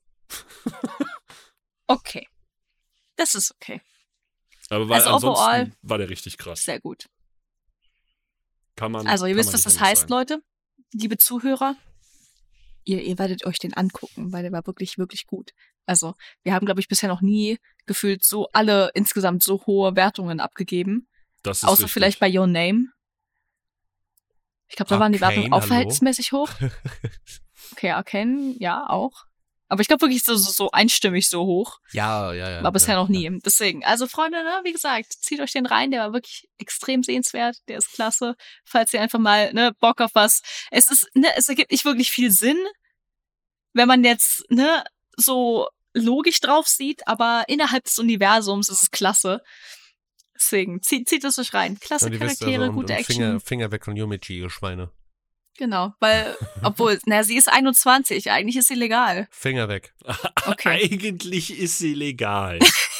Okay. Das ist okay. Aber weil Also ansonsten overall- war der richtig krass. Sehr gut. Kann man, Also ihr kann wisst, man was nicht das anders heißt, sagen. Leute. Liebe Zuhörer. Ihr, ihr werdet euch den angucken, weil der war wirklich, wirklich gut. Also, wir haben, glaube ich, bisher noch nie gefühlt so alle insgesamt so hohe Wertungen abgegeben. Das ist Außer richtig. vielleicht bei Your Name. Ich glaube, da waren die Arcane, Wertungen auch hallo? verhältnismäßig hoch. Okay, Arcane, ja, auch. Aber ich glaube wirklich so, so, so einstimmig so hoch. Ja, ja, ja. War bisher ja, noch nie. Deswegen, also Freunde, ne, wie gesagt, zieht euch den rein, der war wirklich extrem sehenswert, der ist klasse. Falls ihr einfach mal, ne, Bock auf was. Es ist, ne, es ergibt nicht wirklich viel Sinn, wenn man jetzt, ne, so logisch drauf sieht, aber innerhalb des Universums ist es klasse. Deswegen, zieht, zieht es euch rein. Klasse Und ihr wisst Charaktere, also, und, gute und Action. Finger, Finger weg von Yomichi, ihr Schweine. Genau, weil, obwohl, na, sie ist einundzwanzig, eigentlich ist sie legal. Finger weg. Okay. Eigentlich ist sie legal.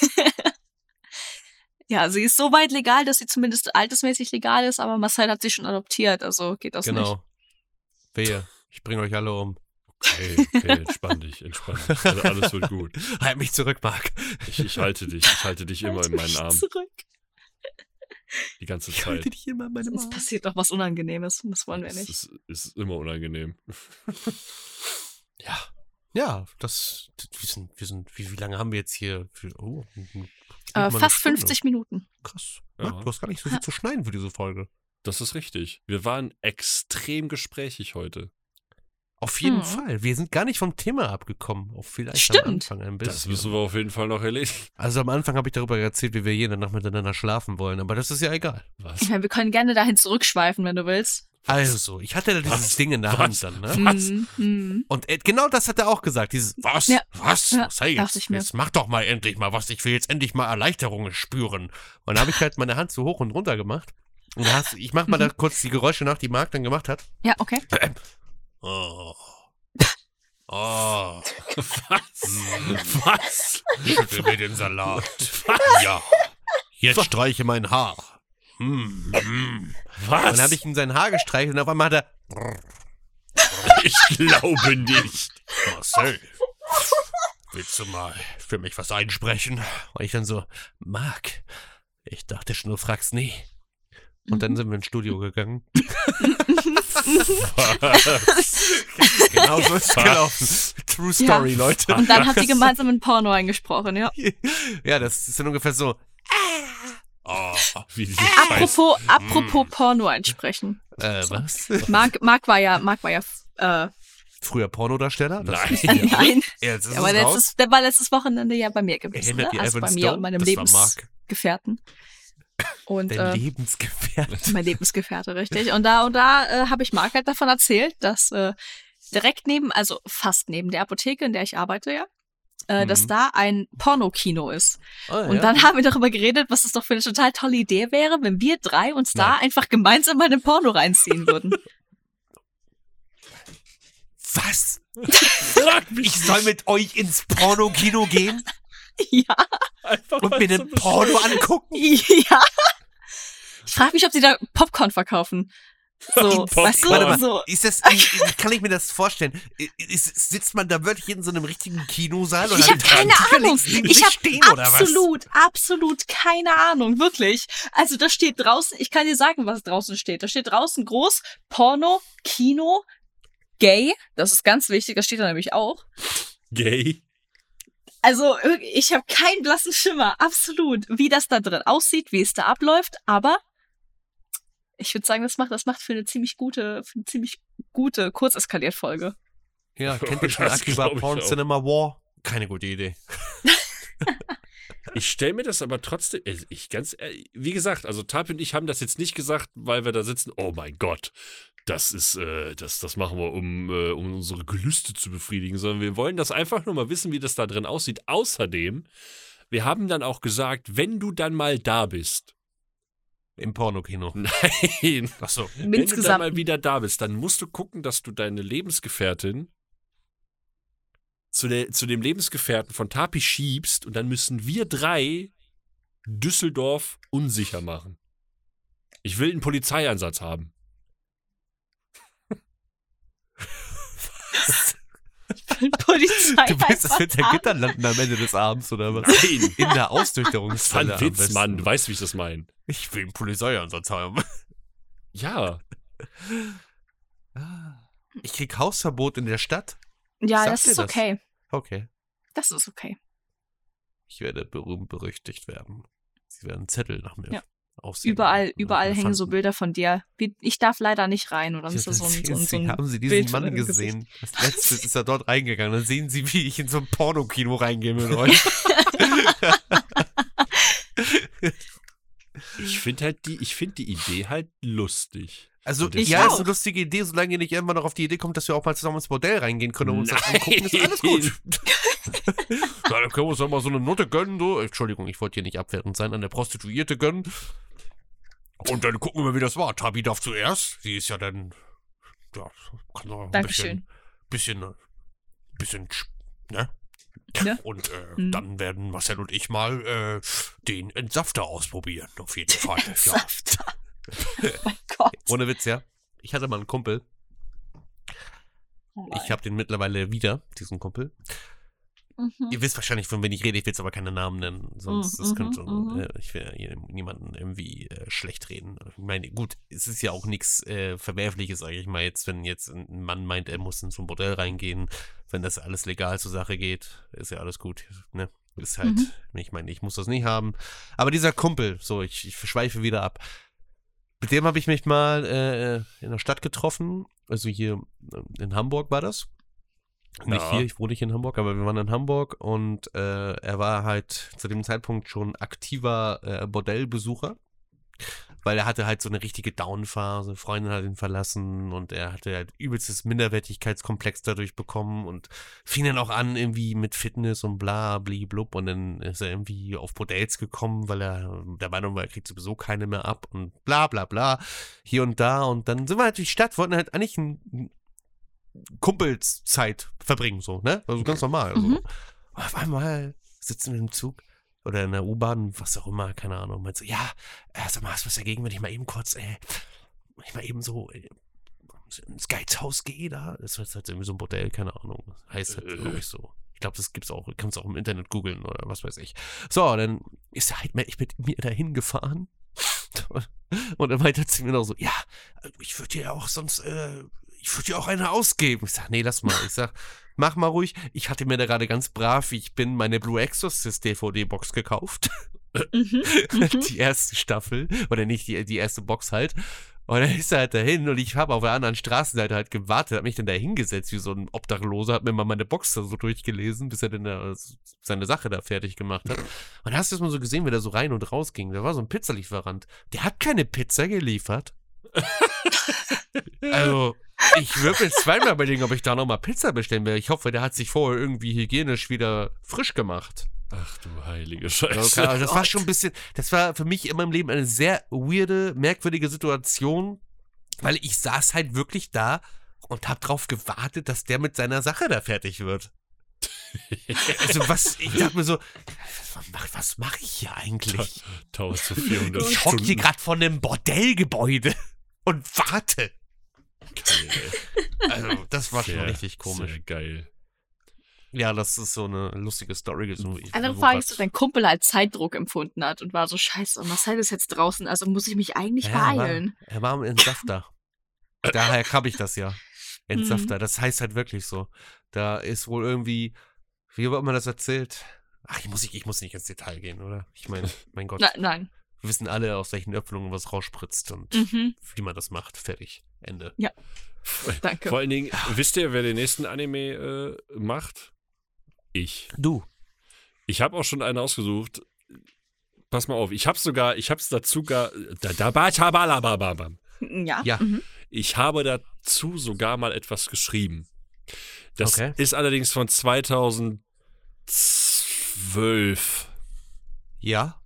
Ja, sie ist so weit legal, dass sie zumindest altersmäßig legal ist, aber Marcel hat sie schon adoptiert, also geht das nicht. Genau. Wehe. Ich bringe euch alle um. Okay, okay, entspann dich, entspann dich. Also alles wird gut. Halt mich zurück, Marc. Ich, ich halte dich, ich halte dich immer Halt in meinen mich Armen. Zurück. Die ganze Ich Zeit. halte dich immer in meinem Es Arm. passiert doch was Unangenehmes und das wollen wir Es nicht. ist, ist immer unangenehm. Ja. Ja, das, wir sind, wir sind, wie, wie lange haben wir jetzt hier? Für, oh, nicht Äh, mal eine fast Stunde. fünfzig Minuten. Krass. Ja. Marc, du hast gar nicht so viel zu schneiden für diese Folge. Das ist richtig. Wir waren extrem gesprächig heute. Auf jeden Hm. Fall. Wir sind gar nicht vom Thema abgekommen. Auch vielleicht Stimmt. am Anfang ein bisschen. Das müssen wir auf jeden Fall noch erledigen. Also am Anfang habe ich darüber erzählt, wie wir jede Nacht miteinander schlafen wollen, aber das ist ja egal. Was? Ich meine, wir können gerne dahin zurückschweifen, wenn du willst. Also, ich hatte da dieses Was? Ding in der Was? Hand dann, ne? Was? Mhm, mhm. Und äh, genau das hat er auch gesagt, dieses Was? Ja. Was? Ja, Was sei dachte jetzt? ich mir. Jetzt mach doch mal endlich mal was. Ich will jetzt endlich mal Erleichterungen spüren. Und dann habe ich halt meine Hand so hoch und runter gemacht. Und da hast, ich mach mal da kurz die Geräusche nach, die Marc dann gemacht hat. Ja, okay. Oh. Oh. Was? Was? Schüttel mir den Salat. Ja. Jetzt streiche mein Haar. hm, hm. Was? Und dann habe ich ihm sein Haar gestreichelt und auf einmal hat er, Ich glaube nicht. Marcel, willst du mal für mich was einsprechen? Und ich dann so, Marc, ich dachte schon, du fragst nie. Und dann sind wir ins Studio gegangen. Genau so ist es gelaufen. True Story, Ja. Leute. Und dann habt ihr gemeinsam ein Porno eingesprochen, ja. Ja, das ist dann ungefähr so. Oh, wie diese Apropos, apropos Porno einsprechen. Äh, was? Marc, Marc war ja, Marc war ja, äh, Früher Pornodarsteller? Das Nein. wisst ihr ja. nein. Jetzt ist Aber es raus. letztes, der war letztes Wochenende ja bei mir gewesen, Erinnert ne? ihr Also Evan bei mir Stone? und meinem Das war Marc. Lebensgefährten. Und Dein äh, Lebensgefährte. mein Lebensgefährte, richtig. Und da und da äh, habe ich Marc halt davon erzählt, dass äh, direkt neben, also fast neben der Apotheke, in der ich arbeite, ja, äh, Mhm. dass da ein Pornokino ist. Oh, Und ja. dann haben wir darüber geredet, was es doch für eine total tolle Idee wäre, wenn wir drei uns da Nein. einfach gemeinsam mal einen Porno reinziehen würden. Was? Frag mich Ich soll mit euch ins Pornokino gehen Ja, einfach und mal mir so einen Porno angucken? ja. Ich frage mich, ob sie da Popcorn verkaufen. So, Popcorn. weißt du, Warte mal, so. ist das, wie, wie kann ich mir das vorstellen? Ist, sitzt man da wirklich in so einem richtigen Kinosaal? Ich habe keine Ahnung. Ich habe stehen, oder was? absolut, absolut keine Ahnung, wirklich. Also da steht draußen, ich kann dir sagen, was draußen steht. Da steht draußen groß Porno, Kino, Gay. Das ist ganz wichtig, das steht da nämlich auch. Gay. Also ich habe keinen blassen Schimmer, absolut, wie das da drin aussieht, wie es da abläuft. Aber ich würde sagen, das macht, das macht für eine ziemlich gute, für eine ziemlich gute Kurzeskaliert-Folge. Ja, kennt ihr schon Das Akiba glaub ich Porn auch. Cinema War? Keine gute Idee. Ich stelle mir das aber trotzdem, also ich ganz, ehrlich, wie gesagt, also Tapi und ich haben das jetzt nicht gesagt, weil wir da sitzen, oh mein Gott, das ist, äh, das, das machen wir, um, äh, um unsere Gelüste zu befriedigen, sondern wir wollen das einfach nur mal wissen, wie das da drin aussieht. Außerdem, wir haben dann auch gesagt, wenn du dann mal da bist, Im Pornokino. nein, Achso. wenn du dann Insgesamt. mal wieder da bist, dann musst du gucken, dass du deine Lebensgefährtin zu, der, zu dem Lebensgefährten von Tapi schiebst und dann müssen wir drei Düsseldorf unsicher machen. Ich will einen Polizeieinsatz haben. Polizei. Du willst, das wird der Gitter landen am Ende des Abends, oder was? Nein, In der das war Ausnüchterungsstelle ein am Witz, besten. Mann. Du weißt, wie ich das meine. Ich will einen Polizeieinsatz haben. Ja. Ich krieg Hausverbot in der Stadt? Ja, Sagt das ihr ist das? okay. Okay. Das ist okay. Ich werde berühmt berüchtigt werden. Sie werden Zettel nach mir Ja. aufsehen. Überall, Und überall hängen so Elefanten. Bilder von dir. Wie- Ich darf leider nicht rein. Und dann ist da so ein, so ein, so Sie, ein haben Sie diesen Bild von Mann deinem gesehen? Das letzte ist er dort reingegangen. Dann sehen Sie, wie ich in so ein Pornokino reingehe mit euch. Ich finde halt die, ich finde die Idee halt lustig. Also, Ich ja, ist auch. eine lustige Idee, solange ihr nicht irgendwann noch auf die Idee kommt, dass wir auch mal zusammen ins Bordell reingehen können und uns das Nein. angucken, ist alles gut. Ja, dann können wir uns doch mal so eine Note gönnen, so. Entschuldigung, ich wollte hier nicht abwertend sein, an der Prostituierte gönnen. Und dann gucken wir, wie das war. Tabi darf zuerst. Sie ist ja dann, ja, kann doch ein Dankeschön. bisschen, bisschen, bisschen, sch- ne? Ne? Und äh, Mhm. dann werden Marcel und ich mal äh, den Entsafter ausprobieren, auf jeden Fall. Ja. Saft. Oh mein Gott. Ohne Witz, ja. Ich hatte mal einen Kumpel. Oh Ich nein. habe den mittlerweile wieder, diesen Kumpel. Mhm. Ihr wisst wahrscheinlich, von wem ich rede. Ich will jetzt aber keine Namen nennen. Sonst Mhm, das könnte, mhm. äh, ich will hier niemanden irgendwie äh, schlecht reden. Ich meine, gut, es ist ja auch nichts äh, Verwerfliches, sage ich mal jetzt, wenn jetzt ein Mann meint, er muss in so ein Bordell reingehen, wenn das alles legal zur Sache geht, ist ja alles gut, ne? Ist halt, Mhm. ich meine, ich muss das nicht haben. Aber dieser Kumpel, so, ich, ich verschweife wieder ab. Mit dem habe ich mich mal äh, in der Stadt getroffen. Also hier äh, in Hamburg war das. Nicht Ja. hier, ich wohne nicht in Hamburg, aber wir waren in Hamburg und äh, er war halt zu dem Zeitpunkt schon aktiver äh, Bordellbesucher, weil er hatte halt so eine richtige Down-Phase, Freundin hat ihn verlassen und er hatte halt übelstes Minderwertigkeitskomplex dadurch bekommen und fing dann auch an irgendwie mit Fitness und bla, bliblub und dann ist er irgendwie auf Bordells gekommen, weil er der Meinung war, er kriegt sowieso keine mehr ab und bla bla bla, hier und da und dann sind wir halt durch die Stadt, wollten halt eigentlich ein Kumpelszeit verbringen, so, ne? Also ganz normal. Also. Mhm. Und auf einmal sitzen wir im Zug oder in der U-Bahn, was auch immer, keine Ahnung, meint so, ja, äh, sag mal, hast du was dagegen, wenn ich mal eben kurz, äh, wenn ich mal eben so äh, ins Geizhaus gehe da? Das ist halt irgendwie so ein Bordell, keine Ahnung. Heißt halt, glaube ich, so. Ich glaube, das gibt's auch, kannst du auch im Internet googeln oder was weiß ich. So, dann ist er halt ich mit mir dahin gefahren. Und dann meinte er zu mir noch so, ja, ich würde dir auch sonst, äh, ich würde dir auch eine ausgeben. Ich sag, nee, lass mal. Ich sag, mach mal ruhig. Ich hatte mir da gerade ganz brav, wie ich bin, meine Blue Exorcist D V D-Box gekauft. Mhm. Die erste Staffel. Oder nicht, die, die erste Box halt. Und dann ist er halt dahin und ich habe auf der anderen Straßenseite halt gewartet, hab mich dann da hingesetzt wie so ein Obdachloser, hab mir mal meine Box da so durchgelesen, bis er dann da seine Sache da fertig gemacht hat. Und dann hast du es mal so gesehen, wie der so rein und raus ging. Da war so ein Pizzalieferant. Der hat keine Pizza geliefert. Also, ich würde mir zweimal überlegen, ob ich da nochmal Pizza bestellen will. Ich hoffe, der hat sich vorher irgendwie hygienisch wieder frisch gemacht. Ach du heilige Scheiße. Okay, also das war schon ein bisschen, das war für mich in meinem Leben eine sehr weirde, merkwürdige Situation, weil ich saß halt wirklich da und hab drauf gewartet, dass der mit seiner Sache da fertig wird. Also was, ich dachte mir so, was, was mache ich hier eigentlich? eintausendvierhundert Ich hock hier gerade vor einem Bordellgebäude und warte. Geil, Also das war sehr, schon richtig komisch. Sehr geil. Ja, das ist so eine lustige Story. So, ich Andere versuch Frage grad- ist, dass dein Kumpel als Zeitdruck empfunden hat und war so, scheiße, Marcel ist jetzt draußen, also muss ich mich eigentlich Ja, beeilen. Er war, er war im Entsafter. Daher habe ich das ja. Entsafter, das heißt halt wirklich so. Da ist wohl irgendwie, wie wird man das erzählt? Ach, ich muss, nicht, ich muss nicht ins Detail gehen, oder? Ich meine, mein Gott, Na, nein. wir wissen alle, aus welchen Öffnungen was rausspritzt und Mhm. wie man das macht. Fertig. Ende. Danke. Vor allen Dingen, wisst ihr, wer den nächsten Anime äh, macht? Ich. Du. Ich habe auch schon einen ausgesucht. Pass mal auf, ich habe sogar, ich habe es dazu gar, da, da, ba, cha, ba, la, ba, ba, ba. Ja. Ja. Mhm. Ich habe dazu sogar mal etwas geschrieben. Das Okay. ist allerdings von zweitausendzwölf. Ja.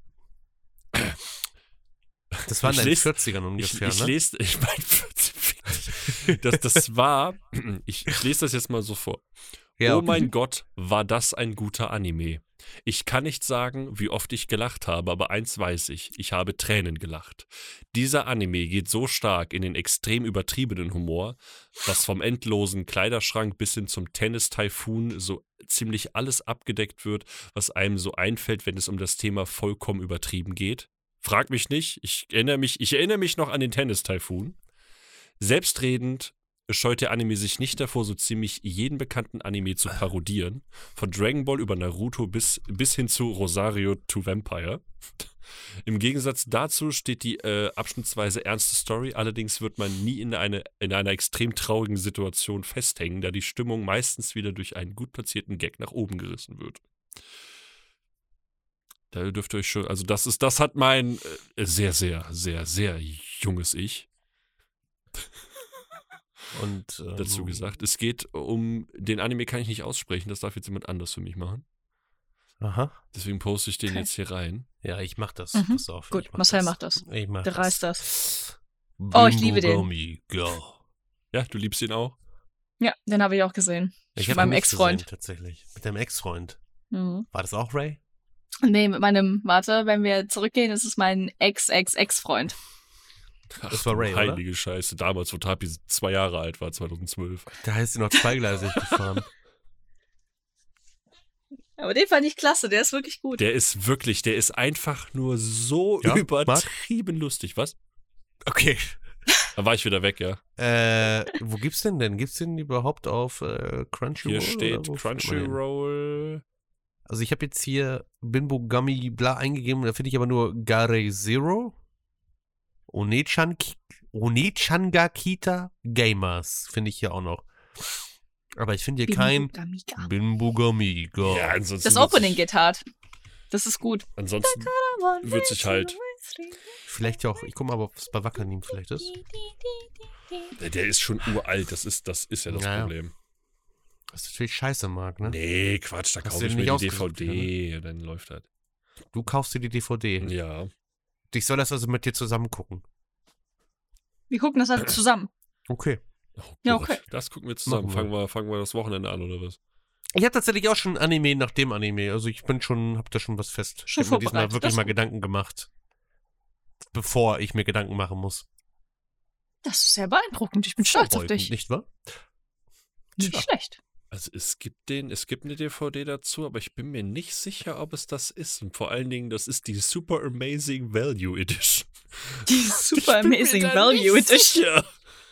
Das war in Ich den lese- vierzigern Ich, ungefähr, ich ne? lese, ich meine, das, das war, ich, ich lese das jetzt mal so vor. Ja, Oh okay. mein Gott, war das ein guter Anime. Ich kann nicht sagen, wie oft ich gelacht habe, aber eins weiß ich, ich habe Tränen gelacht. Dieser Anime geht so stark in den extrem übertriebenen Humor, dass vom endlosen Kleiderschrank bis hin zum Tennis-Typhoon so ziemlich alles abgedeckt wird, was einem so einfällt, wenn es um das Thema vollkommen übertrieben geht. Frag mich nicht, ich erinnere mich, ich erinnere mich noch an den Tennis-Typhoon. Selbstredend scheut der Anime sich nicht davor, so ziemlich jeden bekannten Anime zu parodieren. Von Dragon Ball über Naruto bis, bis hin zu Rosario to Vampire. Im Gegensatz dazu steht die äh, abschnittsweise ernste Story, allerdings wird man nie in, eine, in einer extrem traurigen Situation festhängen, da die Stimmung meistens wieder durch einen gut platzierten Gag nach oben gerissen wird. Da dürft ihr euch schon, also das ist, das hat mein äh, sehr, sehr, sehr, sehr junges Ich Und, ähm, dazu gesagt. Es geht um, den Anime kann ich nicht aussprechen, das darf jetzt jemand anders für mich machen. Aha. Deswegen poste ich den Okay. jetzt hier rein. Ja, ich mach das. Mhm. Pass auf. Gut, ich mach Marcel das. macht das. Ich mach Der das. reißt das. Oh, ich liebe den. Bimbo Go. Ja, du liebst ihn auch? Ja, den habe ich auch gesehen. Ich Mit hab meinem ihn nicht Ex-Freund. gesehen, tatsächlich. Mit deinem Ex-Freund. Mhm. War das auch Ray? Nee, mit meinem, warte, wenn wir zurückgehen, ist es mein Ex-Ex-Ex-Freund. Das war Ray, oder? heilige Scheiße. Damals, wo Tapi zwei Jahre alt war, zweitausendzwölf. Da heißt sie noch zweigleisig gefahren. Aber den fand ich klasse, der ist wirklich gut. Der ist wirklich, der ist einfach nur so Ja, übertrieben lustig. Was? Okay. Da war ich wieder weg, ja. Äh, wo gibt's denn denn? Gibt's den überhaupt auf äh, Crunchyroll? Hier steht oder wo findet man den? Crunchyroll. Also ich habe jetzt hier Binbo Gummy bla eingegeben, da finde ich aber nur Gare Zero, Onechan, Onechangakita Gamers finde ich hier auch noch. Aber ich finde hier kein Bimbo-Gamiga. Binbo Gummy Go. Ja, ansonsten Das wird Opening sich, geht hard. Das ist gut. Ansonsten wird sich halt, Vielleicht ja auch, ich guck mal, ob es bei Wackernim vielleicht ist. der, der ist schon uralt, das ist, das ist ja das Naja. Problem. Das ist natürlich scheiße, Marc, ne? Nee, Quatsch, da Hast kaufe du ich den mir nicht die D V ausgesucht, D, dann läuft das. Du kaufst dir die D V D. Ja. Ich soll das also mit dir zusammen gucken. Wir gucken das halt zusammen. Okay. Oh Ja, Gott, okay. Das gucken wir zusammen. Machen wir. Fangen wir, fangen wir das Wochenende an, oder was? Ich habe tatsächlich auch schon Anime nach dem Anime. Also ich bin schon, hab da schon was fest. Schon Ich habe mir diesmal vorbereitet, wirklich das mal ist gut. Gedanken gemacht. Bevor ich mir Gedanken machen muss. Das ist sehr beeindruckend. Ich bin stolz auf Vorbeugend, dich. nicht wahr? Nicht Tja. schlecht. Also es gibt den, es gibt eine D V D dazu, aber ich bin mir nicht sicher, ob es das ist. Und vor allen Dingen, das ist die Super Amazing Value Edition. Die Super Ich bin mir Amazing da Value nicht Edition. sicher.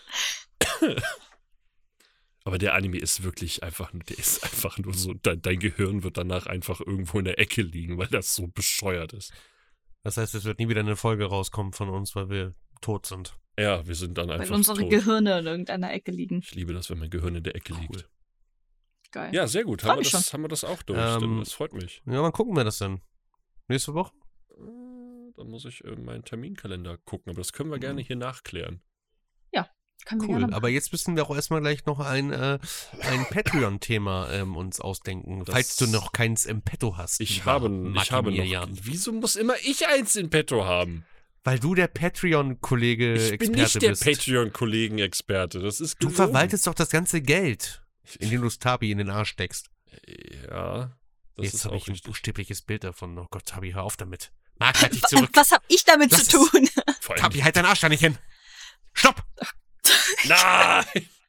Aber der Anime ist wirklich einfach, der ist einfach nur so, dein, dein Gehirn wird danach einfach irgendwo in der Ecke liegen, weil das so bescheuert ist. Das heißt, es wird nie wieder eine Folge rauskommen von uns, weil wir tot sind. Ja, wir sind dann einfach Weil unsere tot. Gehirne in irgendeiner Ecke liegen. Ich liebe das, wenn mein Gehirn in der Ecke Cool. liegt. Geil. Ja, sehr gut. Freu Haben wir, mich das, schon. haben wir das auch durch. Ähm, das freut mich. Ja, wann gucken wir das denn? Nächste Woche? Äh, Dann muss ich in meinen Terminkalender gucken, aber das können wir gerne hier nachklären. Können wir Cool, gerne machen. aber jetzt müssen wir auch erstmal gleich noch ein, äh, ein Patreon-Thema ähm, uns ausdenken, Das- falls du noch keins im Petto hast. Ich lieber habe, ich Maki habe noch. Mirjan. Wieso muss immer ich eins in petto haben? Weil du der Patreon-Kollege Ich bin Experte nicht der bist. Patreon-Kollegen-Experte. Das ist Du gelogen. verwaltest doch das ganze Geld, indem du Tabi in den Arsch steckst. Ja, das Jetzt ist habe auch ich ein richtig. buchstäbliches Bild davon. Oh Gott, Tabi, hör auf damit. Marc, halt dich Wa- zurück. Was hab ich damit Lass zu tun? Vor allem, Tabi, halt deinen Arsch da nicht hin. Stopp! nein!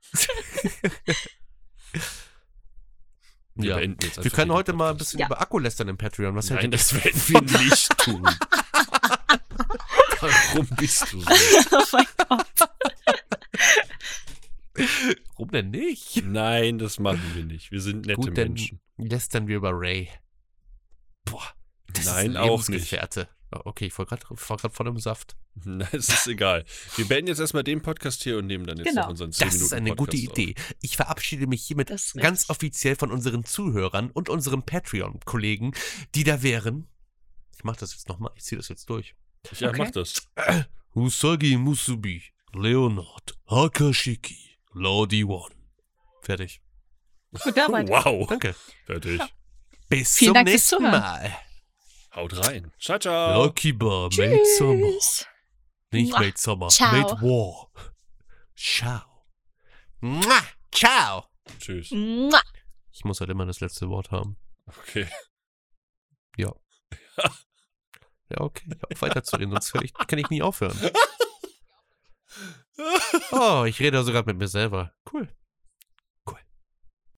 Wir Ja. beenden jetzt Wir einfach können den heute mal ein Podcast. bisschen Ja. über Akku lästern im Patreon. Was hält Nein, ihr das werden wir nicht tun. Warum bist du so? Oh mein Gott. Warum denn nicht? Nein, das machen wir nicht. Wir sind nette Gut, dann Menschen. lästern wir über Ray. Boah, das Nein, ist ein auch nicht. Lebensgefährte. Oh, okay, ich war gerade vor dem Saft. Nein, es ist egal. Wir beenden jetzt erstmal den Podcast hier und nehmen dann jetzt Genau. noch unseren zehn Das ist Minuten eine gute Podcast Idee. Ich verabschiede mich hiermit Das ist ganz richtig. offiziell von unseren Zuhörern und unseren Patreon-Kollegen, die da wären. Ich mach das jetzt nochmal, ich ziehe das jetzt durch. auf. Ja, Okay. mach das. Usagi Musubi, Leonard, Hakashiki, Lordi One. Fertig. Gute Arbeit. Wow. Danke. Fertig. Bis Vielen zum Dank fürs nächsten Zuhören. Mal. Haut rein. Ciao, ciao. Lucky Bar, Made Summer. Tschüss. Nicht Mua. Made Summer, Ciao. Made War. Ciao. Mua. Ciao. Tschüss. Mua. Ich muss halt immer das letzte Wort haben. Okay. Ja. Ja, okay. Ich hab weiter zu reden, sonst ich, kann ich nie aufhören. Oh, ich rede sogar mit mir selber. Cool.